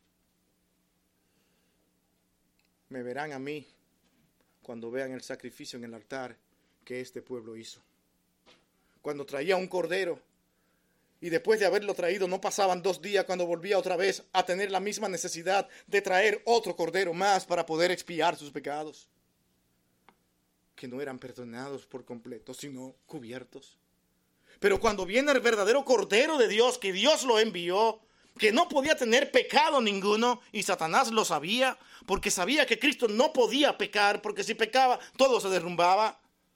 Me verán a mí cuando vean el sacrificio en el altar que este pueblo hizo. Cuando traía un cordero y después de haberlo traído no pasaban 2 días cuando volvía otra vez a tener la misma necesidad de traer otro cordero más para poder expiar sus pecados, que no eran perdonados por completo, sino cubiertos. Pero cuando viene el verdadero Cordero de Dios, que Dios lo envió, que no podía tener pecado ninguno, y Satanás lo sabía, porque sabía que Cristo no podía pecar, porque si pecaba, todo se derrumbaba.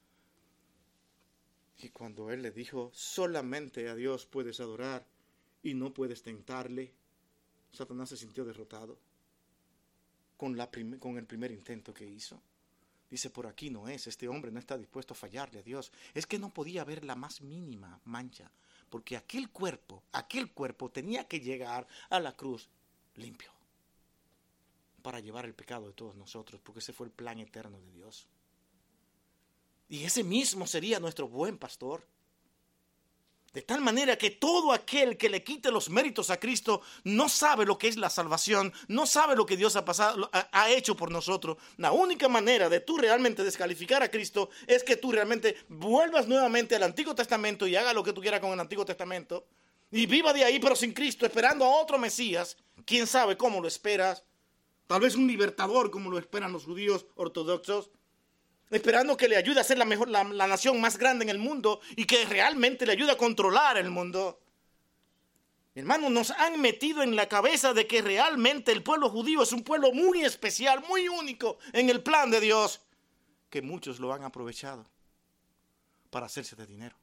Y cuando él le dijo, solamente a Dios puedes adorar y no puedes tentarle, Satanás se sintió derrotado con el primer intento que hizo. Dice, por aquí no es, este hombre no está dispuesto a fallarle a Dios. Es que no podía haber la más mínima mancha, porque aquel cuerpo tenía que llegar a la cruz limpio para llevar el pecado de todos nosotros, porque ese fue el plan eterno de Dios. Y ese mismo sería nuestro buen pastor. De tal manera que todo aquel que le quite los méritos a Cristo no sabe lo que es la salvación, no sabe lo que Dios ha hecho por nosotros. La única manera de tú realmente descalificar a Cristo es que tú realmente vuelvas nuevamente al Antiguo Testamento y haga lo que tú quieras con el Antiguo Testamento y viva de ahí pero sin Cristo, esperando a otro Mesías. ¿Quién sabe cómo lo esperas? Tal vez un libertador como lo esperan los judíos ortodoxos, esperando que le ayude a ser la nación más grande en el mundo y que realmente le ayude a controlar el mundo. Hermanos, nos han metido en la cabeza de que realmente el pueblo judío es un pueblo muy especial, muy único en el plan de Dios, que muchos lo han aprovechado para hacerse de dinero.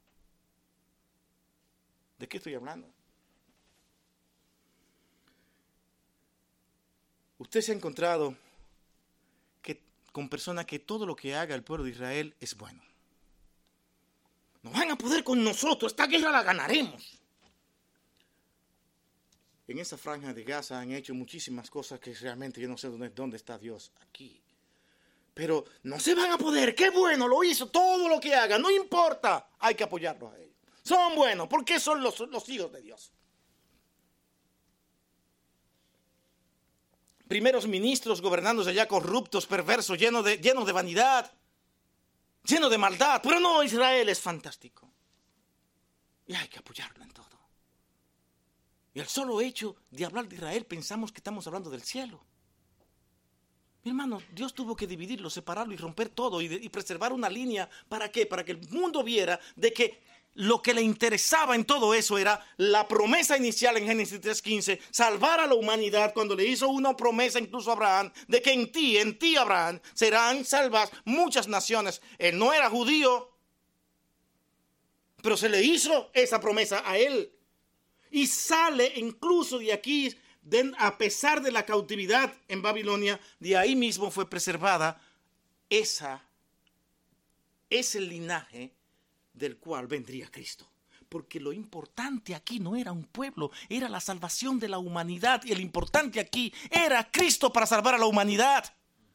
¿De qué estoy hablando? Usted se ha encontrado con personas que todo lo que haga el pueblo de Israel es bueno. No van a poder con nosotros, esta guerra la ganaremos. En esa franja de Gaza han hecho muchísimas cosas que realmente yo no sé dónde está Dios aquí. Pero no se van a poder, qué bueno, lo hizo, todo lo que haga, no importa, hay que apoyarlos a ellos. Son buenos, porque son los hijos de Dios. Primeros ministros gobernándose allá corruptos, perversos, llenos de vanidad, llenos de maldad. Pero no, Israel es fantástico. Y hay que apoyarlo en todo. Y el solo hecho de hablar de Israel pensamos que estamos hablando del cielo. Mi hermano, Dios tuvo que dividirlo, separarlo y romper todo y preservar una línea. ¿Para qué? Para que el mundo viera de que lo que le interesaba en todo eso era la promesa inicial en Génesis 3:15, salvar a la humanidad, cuando le hizo una promesa incluso a Abraham, de que en ti Abraham, serán salvas muchas naciones. Él no era judío, pero se le hizo esa promesa a él. Y sale incluso de aquí, a pesar de la cautividad en Babilonia, de ahí mismo fue preservada ese linaje del cual vendría Cristo. Porque lo importante aquí no era un pueblo, era la salvación de la humanidad. Y el importante aquí era Cristo para salvar a la humanidad.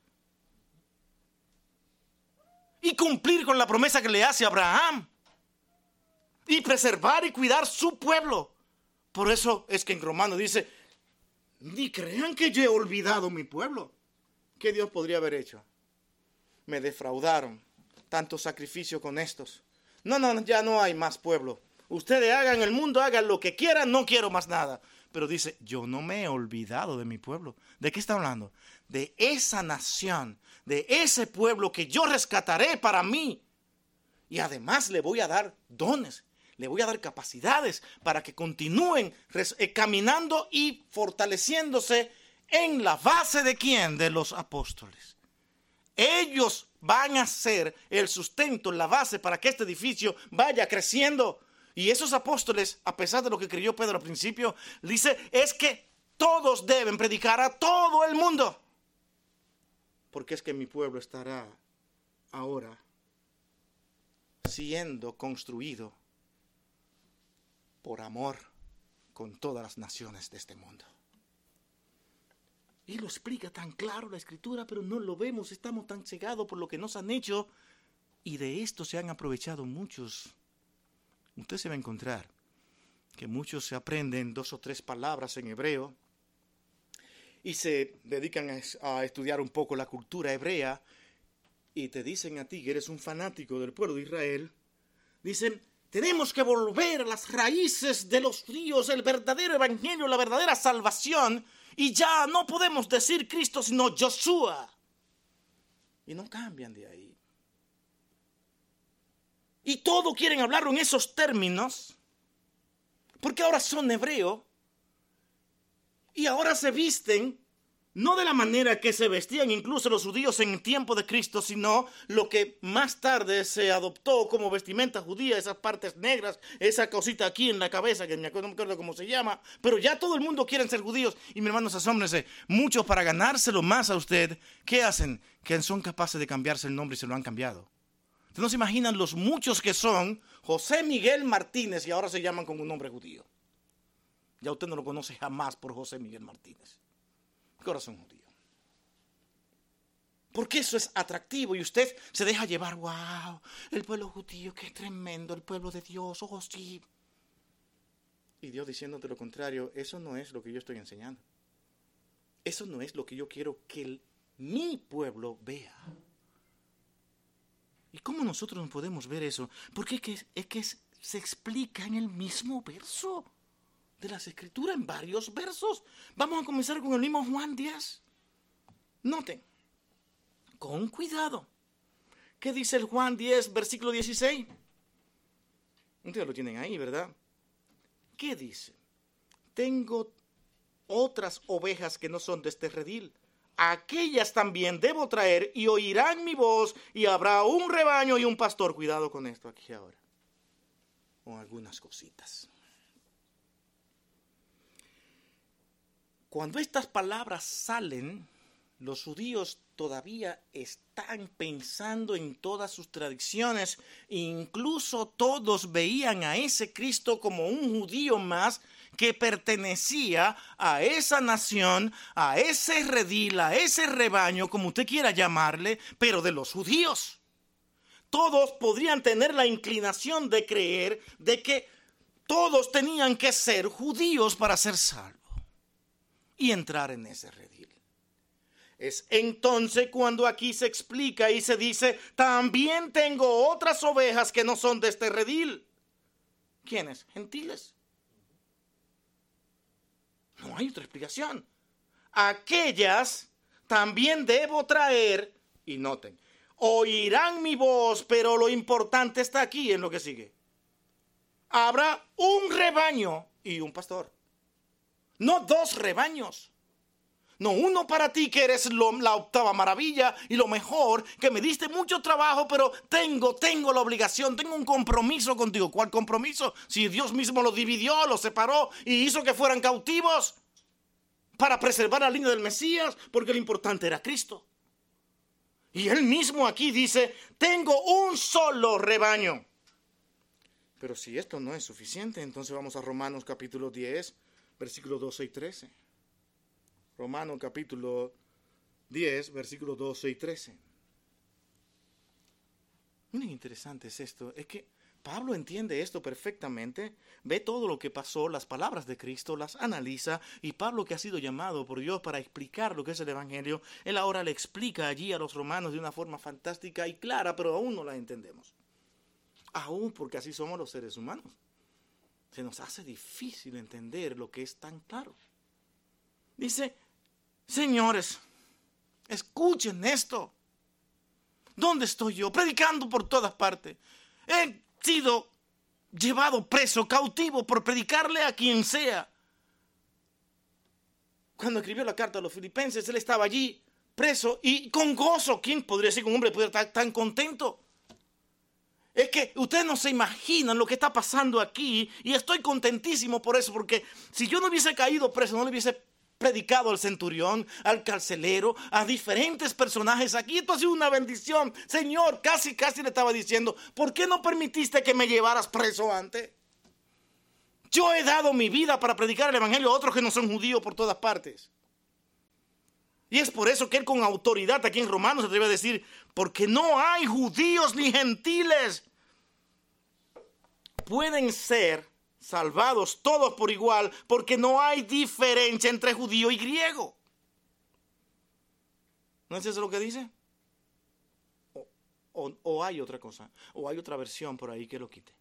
Y cumplir con la promesa que le hace a Abraham. Y preservar y cuidar su pueblo. Por eso es que en Romanos dice, ni crean que yo he olvidado mi pueblo. ¿Qué Dios podría haber hecho? Me defraudaron, tanto sacrificio con estos. No, ya no hay más pueblo. Ustedes hagan el mundo, hagan lo que quieran, no quiero más nada. Pero dice, yo no me he olvidado de mi pueblo. ¿De qué está hablando? De esa nación, de ese pueblo que yo rescataré para mí. Y además le voy a dar dones, le voy a dar capacidades para que continúen caminando y fortaleciéndose en la base de ¿quién? De los apóstoles. Ellos van a ser el sustento, la base para que este edificio vaya creciendo. Y esos apóstoles, a pesar de lo que creyó Pedro al principio, dice, es que todos deben predicar a todo el mundo. Porque es que mi pueblo estará ahora siendo construido por amor con todas las naciones de este mundo. Y lo explica tan claro la Escritura, pero no lo vemos, estamos tan cegados por lo que nos han hecho, y de esto se han aprovechado muchos. Usted se va a encontrar que muchos se aprenden 2 o 3 palabras en hebreo y se dedican a estudiar un poco la cultura hebrea y te dicen a ti que eres un fanático del pueblo de Israel, dicen, tenemos que volver a las raíces de los judíos, el verdadero evangelio, la verdadera salvación. Y ya no podemos decir Cristo, sino Josué. Y no cambian de ahí.
Y todo quieren hablarlo en esos términos, porque ahora son hebreos y ahora se visten no de la manera que se vestían incluso los judíos en el tiempo de Cristo, sino lo que más tarde se adoptó como vestimenta judía, esas partes negras, esa cosita aquí en la cabeza, que no me acuerdo cómo se llama, pero ya todo el mundo quiere ser judíos. Y mi hermanos, asómbrense, muchos para ganárselo más a usted, ¿qué hacen? Que son capaces de cambiarse el nombre y se lo han cambiado. Ustedes no se imaginan los muchos que son José Miguel Martínez y ahora se llaman con un nombre judío. Ya usted no lo conoce jamás por José Miguel Martínez. Corazón judío. Porque eso es atractivo y usted se deja llevar. Wow, el pueblo judío, qué tremendo, el pueblo de Dios, oh sí. Y Dios diciéndote lo contrario, eso no es lo que yo estoy enseñando. Eso no es lo que yo quiero que mi pueblo vea. ¿Y cómo nosotros no podemos ver eso? Porque es que se explica en el mismo verso de las Escrituras, en varios versos. Vamos a comenzar con el mismo Juan 10. Noten, con cuidado. ¿Qué dice el Juan 10, versículo 16? Ustedes lo tienen ahí, ¿verdad? ¿Qué dice? Tengo otras ovejas que no son de este redil. Aquellas también debo traer y oirán mi voz y habrá un rebaño y un pastor. Cuidado con esto aquí ahora. Con algunas cositas. Cuando estas palabras salen, los judíos todavía están pensando en todas sus tradiciones. Incluso todos veían a ese Cristo como un judío más que pertenecía a esa nación, a ese redil, a ese rebaño, como usted quiera llamarle, pero de los judíos. Todos podrían tener la inclinación de creer de que todos tenían que ser judíos para ser salvos y entrar en ese redil. Es entonces cuando aquí se explica y se dice, también tengo otras ovejas que no son de este redil. ¿Quiénes? Gentiles. No hay otra explicación. Aquellas también debo traer, y noten, oirán mi voz, pero lo importante está aquí en lo que sigue. Habrá un rebaño y un pastor. No dos rebaños. No uno para ti que eres la octava maravilla y lo mejor, que me diste mucho trabajo, pero tengo la obligación, tengo un compromiso contigo. ¿Cuál compromiso? Si Dios mismo lo dividió, lo separó y hizo que fueran cautivos para preservar la línea del Mesías, porque lo importante era Cristo. Y él mismo aquí dice, tengo un solo rebaño. Pero si esto no es suficiente, entonces vamos a Romanos capítulo 10, versículos 12 y 13. Romanos capítulo 10, versículos 12 y 13. Miren, interesante es esto. Es que Pablo entiende esto perfectamente. Ve todo lo que pasó, las palabras de Cristo, las analiza. Y Pablo, que ha sido llamado por Dios para explicar lo que es el Evangelio, él ahora le explica allí a los romanos de una forma fantástica y clara, pero aún no la entendemos. Aún porque así somos los seres humanos. Se nos hace difícil entender lo que es tan claro. Dice, señores, escuchen esto. ¿Dónde estoy yo? Predicando por todas partes. He sido llevado preso, cautivo por predicarle a quien sea. Cuando escribió la carta a los filipenses, él estaba allí preso y con gozo. ¿Quién podría decir que un hombre puede estar tan contento? Es que ustedes no se imaginan lo que está pasando aquí y estoy contentísimo por eso, porque si yo no hubiese caído preso, no le hubiese predicado al centurión, al carcelero, a diferentes personajes aquí. Esto ha sido una bendición. Señor, casi le estaba diciendo, ¿por qué no permitiste que me llevaras preso antes? Yo he dado mi vida para predicar el evangelio a otros que no son judíos por todas partes. Y es por eso que él con autoridad aquí en Romanos se atreve a decir, porque no hay judíos ni gentiles. Pueden ser salvados todos por igual, porque no hay diferencia entre judío y griego. ¿No es eso lo que dice? O hay otra cosa, o hay otra versión por ahí que lo quite.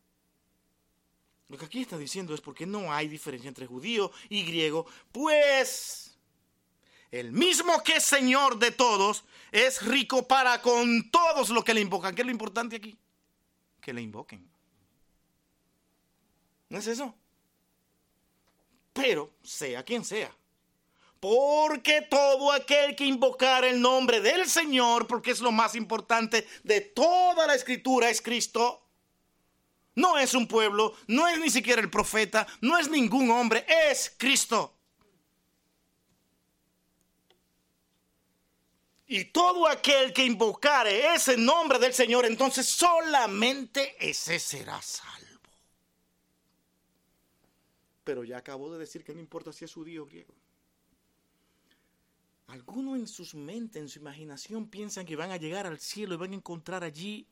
Lo que aquí está diciendo es porque no hay diferencia entre judío y griego, pues el mismo que es Señor de todos es rico para con todos los que le invocan. ¿Qué es lo importante aquí? que le invoquen. ¿No es eso? Pero sea quien sea. Porque todo aquel que invocar el nombre del Señor, porque es lo más importante de toda la Escritura, es Cristo. No es un pueblo, no es ni siquiera el profeta, no es ningún hombre, es Cristo. Y todo aquel que invocare ese nombre del Señor, entonces solamente ese será salvo. Pero ya acabo de decir que no importa si es judío o griego. Algunos en sus mentes, en su imaginación, piensan que van a llegar al cielo y van a encontrar allí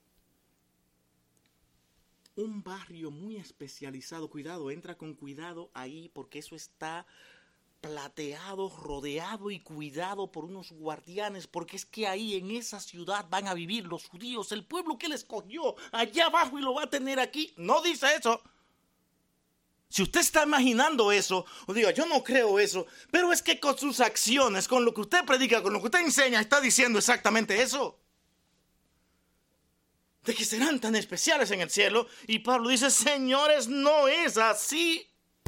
un barrio muy especializado. Cuidado, entra con cuidado ahí, porque eso está plateado, rodeado y cuidado por unos guardianes, porque es que ahí en esa ciudad van a vivir los judíos, el pueblo que él escogió allá abajo y lo va a tener aquí. No dice eso. Si usted está imaginando eso, o diga, yo no creo eso, pero es que con sus acciones, con lo que usted predica, con lo que usted enseña, está diciendo exactamente eso. De que serán tan especiales en el cielo. Y Pablo dice, señores, no es así.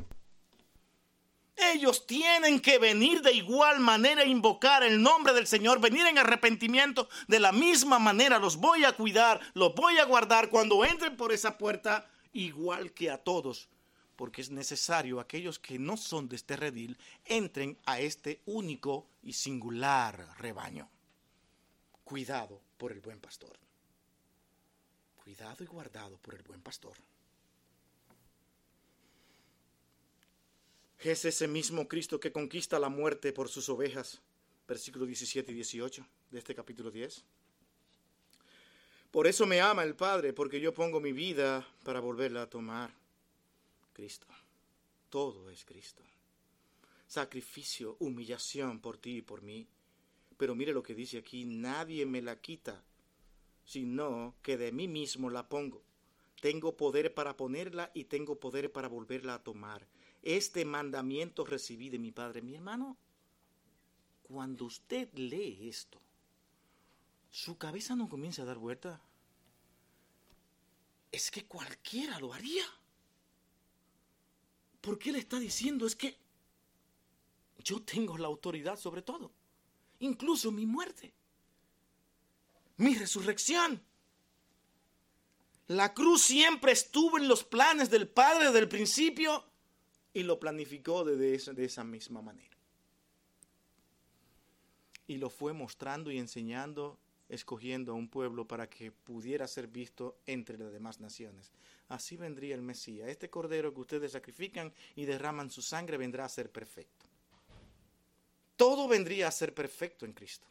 Ellos tienen que venir de igual manera a invocar el nombre del Señor, venir en arrepentimiento. De la misma manera los voy a cuidar, los voy a guardar cuando entren por esa puerta, igual que a todos. Porque es necesario aquellos que no son de este redil entren a este único y singular rebaño. Cuidado por el buen pastor. Cuidado y guardado por el buen pastor. Es ese mismo Cristo que conquista la muerte por sus ovejas. Versículos 17 y 18 de este capítulo 10. Por eso me ama el Padre, porque yo pongo mi vida para volverla a tomar. Cristo. Todo es Cristo. Sacrificio, humillación por ti y por mí. Pero mire lo que dice aquí, nadie me la quita, sino que de mí mismo la pongo. Tengo poder para ponerla y tengo poder para volverla a tomar. Este mandamiento recibí de mi Padre. Mi hermano, cuando usted lee esto, su cabeza no comienza a dar vuelta. Es que cualquiera lo haría. Porque él está diciendo es que yo tengo la autoridad sobre todo, incluso mi muerte, mi resurrección. La cruz siempre estuvo en los planes del Padre desde el principio y lo planificó de esa misma manera. Y lo fue mostrando y enseñando, escogiendo a un pueblo para que pudiera ser visto entre las demás naciones. Así vendría el Mesías. Este cordero que ustedes sacrifican y derraman su sangre vendrá a ser perfecto. Todo vendría a ser perfecto en Cristo.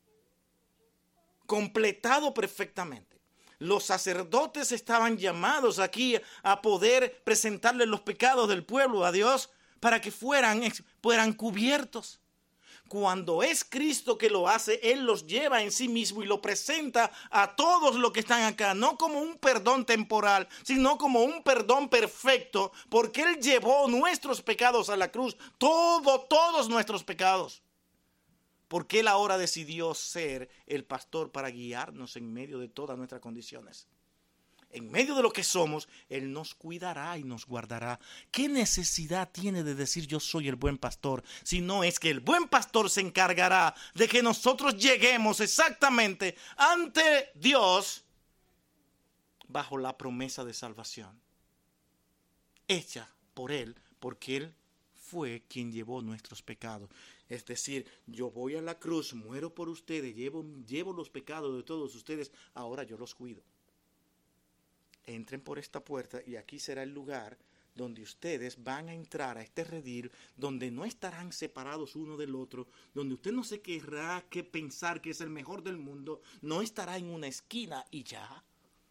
Completado perfectamente. Los sacerdotes estaban llamados aquí a poder presentarle los pecados del pueblo a Dios para que fueran cubiertos. Cuando es Cristo que lo hace, Él los lleva en sí mismo y lo presenta a todos los que están acá, no como un perdón temporal, sino como un perdón perfecto, porque Él llevó nuestros pecados a la cruz, todos nuestros pecados. Porque Él ahora decidió ser el pastor para guiarnos en medio de todas nuestras condiciones. En medio de lo que somos, Él nos cuidará y nos guardará. ¿Qué necesidad tiene de decir yo soy el buen pastor? Si no es que el buen pastor se encargará de que nosotros lleguemos exactamente ante Dios bajo la promesa de salvación. Hecha por Él, porque Él fue quien llevó nuestros pecados. Es decir, yo voy a la cruz, muero por ustedes, llevo los pecados de todos ustedes, ahora yo los cuido. Entren por esta puerta y aquí será el lugar donde ustedes van a entrar a este redil, donde no estarán separados uno del otro, donde usted no se querrá que pensar que es el mejor del mundo, no estará en una esquina y ya.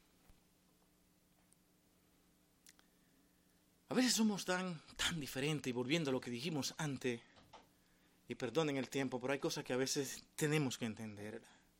A veces somos tan diferentes, y volviendo a lo que dijimos antes, y perdonen el tiempo, pero hay cosas que a veces tenemos que entender.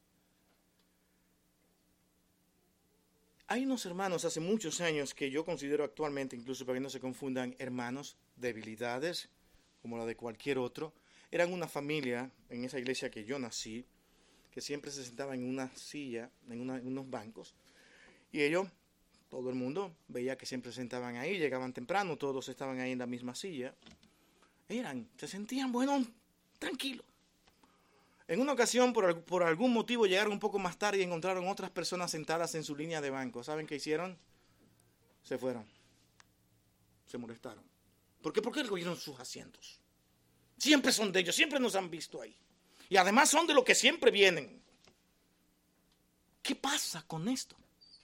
Hay unos hermanos hace muchos años que yo considero actualmente, incluso para que no se confundan, hermanos, debilidades, como la de cualquier otro. Eran una familia en esa iglesia que yo nací, que siempre se sentaban en una silla, en unos bancos, y ellos Todo el mundo veía que siempre se sentaban ahí, llegaban temprano, todos estaban ahí en la misma silla. Se sentían, bueno, tranquilos. En una ocasión, por algún motivo, llegaron un poco más tarde y encontraron otras personas sentadas en su línea de banco. ¿Saben qué hicieron? Se fueron. Se molestaron. ¿Por qué? Porque recogieron sus asientos. Siempre son de ellos, siempre nos han visto ahí. Y además son de los que siempre vienen. ¿Qué pasa con esto?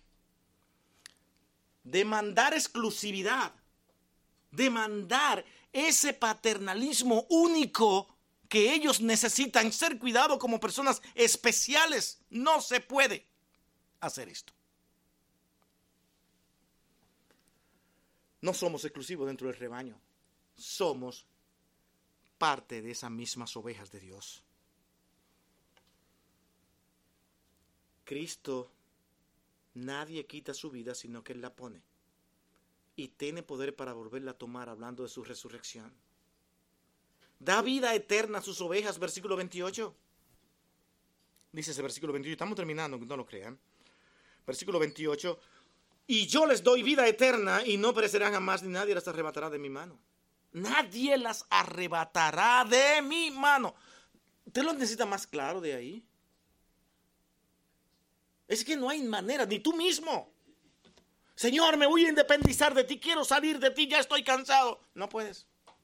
Demandar exclusividad. Demandar ese paternalismo único que ellos necesitan, ser cuidados como personas especiales. No se puede hacer esto. No somos exclusivos dentro del rebaño. Somos parte de esas mismas ovejas de Dios. Cristo, nadie quita su vida sino que Él la pone. Y tiene poder para volverla a tomar, hablando de su resurrección. Da vida eterna a sus ovejas, versículo 28. Dice ese versículo 28, estamos terminando, no lo crean. Versículo 28. Y yo les doy vida eterna y no perecerán jamás, ni nadie las arrebatará de mi mano. Nadie las arrebatará de mi mano. ¿Usted lo necesita más claro de ahí? Es que no hay manera, ni tú mismo. Señor, me voy a independizar de ti, quiero salir de ti, ya estoy cansado. No puedes.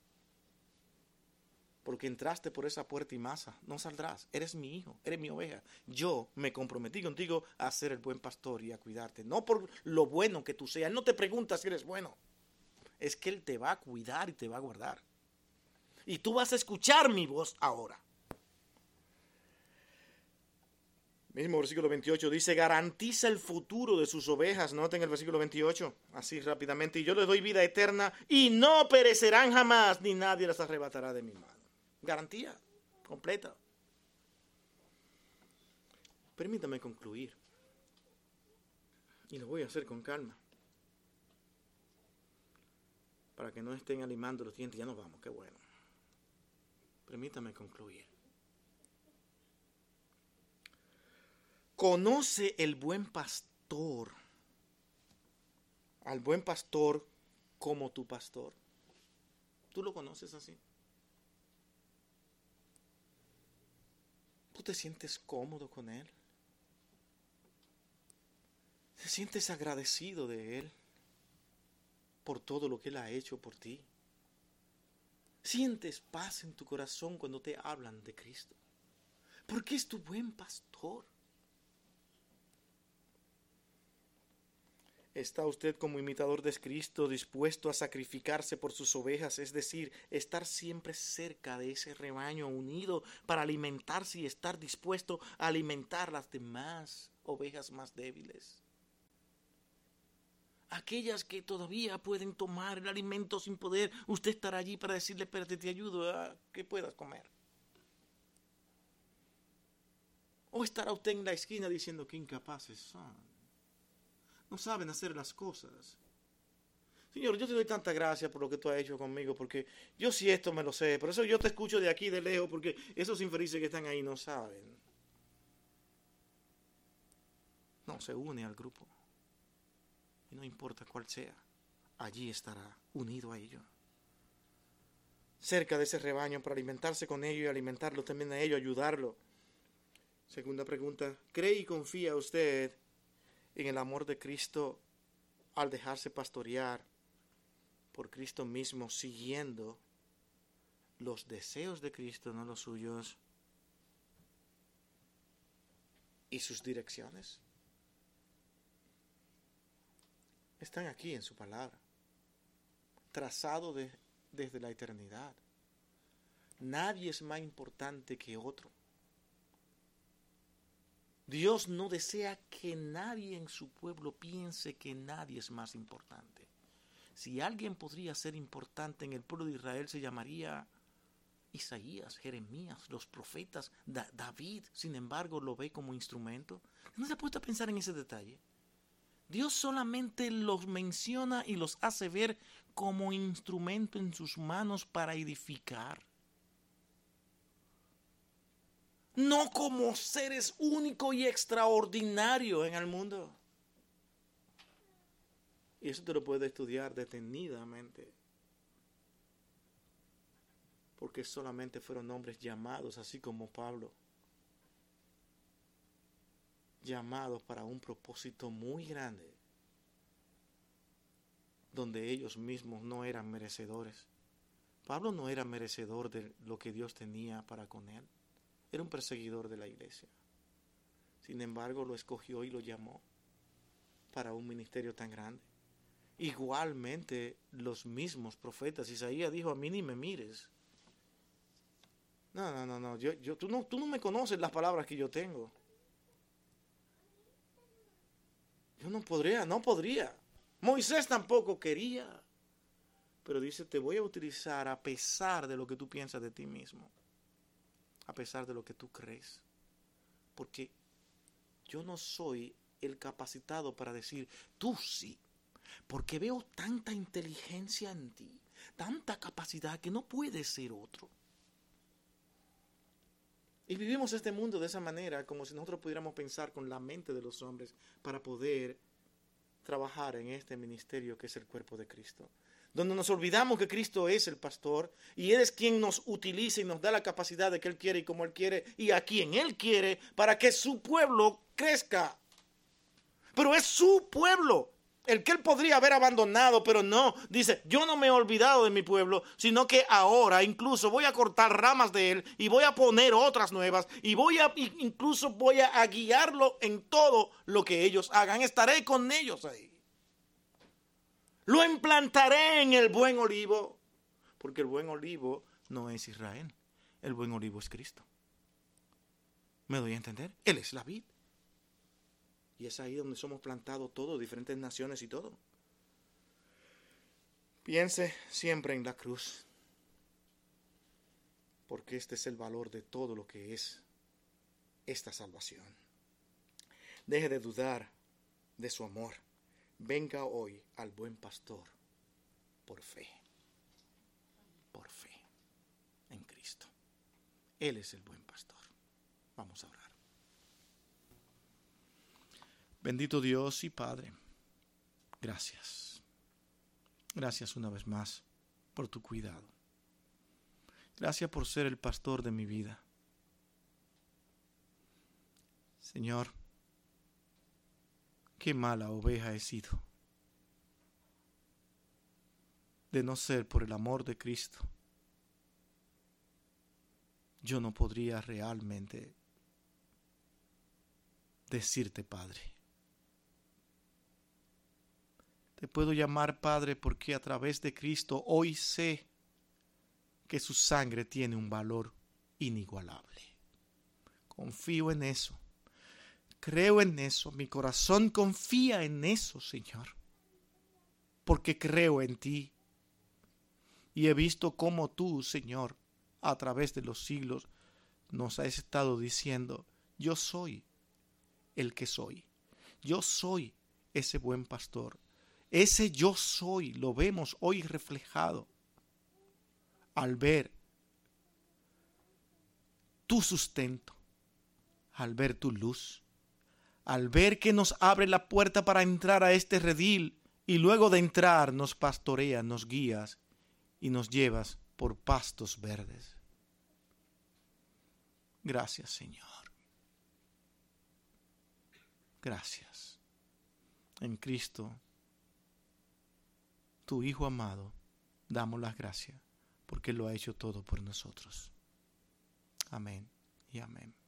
Porque entraste por esa puerta y masa, no saldrás. Eres mi hijo, eres mi oveja. Yo me comprometí contigo a ser el buen pastor y a cuidarte. No por lo bueno que tú seas. Él no te pregunta si eres bueno. Es que Él te va a cuidar y te va a guardar. Y tú vas a escuchar mi voz ahora. Mismo versículo 28 dice, garantiza el futuro de sus ovejas. Noten el versículo 28, así rápidamente. Y yo les doy vida eterna y no perecerán jamás, ni nadie las arrebatará de mi mano. Garantía completa. Permítame concluir. Y lo voy a hacer con calma. Para que no estén alimando los dientes. Ya nos vamos, qué bueno. Permítame concluir. Conoce el buen pastor, al buen pastor como tu pastor. ¿Tú lo conoces así? ¿Tú te sientes cómodo con Él? ¿Te sientes agradecido de Él por todo lo que Él ha hecho por ti? ¿Sientes paz en tu corazón cuando te hablan de Cristo? Porque es tu buen pastor. ¿Está usted como imitador de Cristo dispuesto a sacrificarse por sus ovejas? Es decir, estar siempre cerca de ese rebaño unido para alimentarse y estar dispuesto a alimentar las demás ovejas más débiles. Aquellas que todavía pueden tomar el alimento sin poder, usted estará allí para decirle, espérate, te ayudo a que puedas comer. ¿O estará usted en la esquina diciendo qué incapaces son? No saben hacer las cosas. Señor, yo te doy tanta gracia por lo que tú has hecho conmigo, porque yo sí esto me lo sé. Por eso yo te escucho de aquí, de lejos, porque esos infelices que están ahí no saben. No, se une al grupo. Y no importa cuál sea, allí estará unido a ellos. Cerca de ese rebaño para alimentarse con ellos y alimentarlo también a ellos, ayudarlo. Segunda pregunta, ¿cree y confía usted en el amor de Cristo al dejarse pastorear por Cristo mismo, siguiendo los deseos de Cristo, no los suyos, y sus direcciones? Están aquí en su palabra, trazado desde la eternidad. Nadie es más importante que otro. Dios no desea que nadie en su pueblo piense que nadie es más importante. Si alguien podría ser importante en el pueblo de Israel, se llamaría Isaías, Jeremías, los profetas, David. Sin embargo, lo ve como instrumento. ¿No se ha puesto a pensar en ese detalle? Dios solamente los menciona y los hace ver como instrumento en sus manos para edificar. No como seres únicos y extraordinarios en el mundo.
Y eso te lo puedes estudiar detenidamente. Porque solamente fueron hombres llamados, así como Pablo. Llamados para un propósito muy grande. Donde ellos mismos no eran merecedores. Pablo no era merecedor de lo que Dios tenía para con él. Era un perseguidor de la iglesia. Sin embargo, lo escogió y lo llamó para un ministerio tan grande. Igualmente, los mismos profetas. Isaías dijo, a mí ni me mires. No. Tú no me conoces las palabras que yo tengo. Yo no podría. Moisés tampoco quería. Pero dice, te voy a utilizar a pesar de lo que tú piensas de ti mismo. A pesar de lo que tú crees. Porque yo no soy el capacitado para decir, tú sí. Porque veo tanta inteligencia en ti, tanta capacidad que no puedes ser otro. Y vivimos este mundo de esa manera, como si nosotros pudiéramos pensar con la mente de los hombres para poder trabajar en este ministerio que es el cuerpo de Cristo. Donde nos olvidamos que Cristo es el pastor y Él es quien nos utiliza y nos da la capacidad de que Él quiere y como Él quiere y a quien Él quiere para que su pueblo crezca. Pero es su pueblo, el que Él podría haber abandonado, pero no. Dice, yo no me he olvidado de mi pueblo, sino que ahora incluso voy a cortar ramas de él y voy a poner otras nuevas y incluso voy a guiarlo en todo lo que ellos hagan. Estaré con ellos ahí. Lo implantaré en el buen olivo, porque el buen olivo no es Israel, el buen olivo es Cristo. ¿Me doy a entender? Él es la vid. Y es ahí donde somos plantados todos, diferentes naciones y todo. Piense siempre en la cruz, porque este es el valor de todo lo que es esta salvación. Deje de dudar de su amor. Venga hoy al buen pastor por fe en Cristo. Él es el buen pastor. Vamos a orar. Bendito Dios y Padre, gracias. Gracias una vez más por tu cuidado. Gracias por ser el pastor de mi vida. Señor, qué mala oveja he sido. De no ser por el amor de Cristo, yo no podría realmente decirte Padre. Te puedo llamar Padre porque a través de Cristo hoy sé que su sangre tiene un valor inigualable. Confío en eso. Creo en eso. Mi corazón confía en eso, Señor. Porque creo en ti. Y he visto cómo tú, Señor, a través de los siglos, nos has estado diciendo, yo soy el que soy. Yo soy ese buen pastor. Ese yo soy lo vemos hoy reflejado al ver tu sustento, al ver tu luz, al ver que nos abre la puerta para entrar a este redil y luego de entrar nos pastoreas, nos guías y nos llevas por pastos verdes. Gracias, Señor. Gracias. En Cristo, tu Hijo amado, damos las gracias porque Él lo ha hecho todo por nosotros. Amén y amén.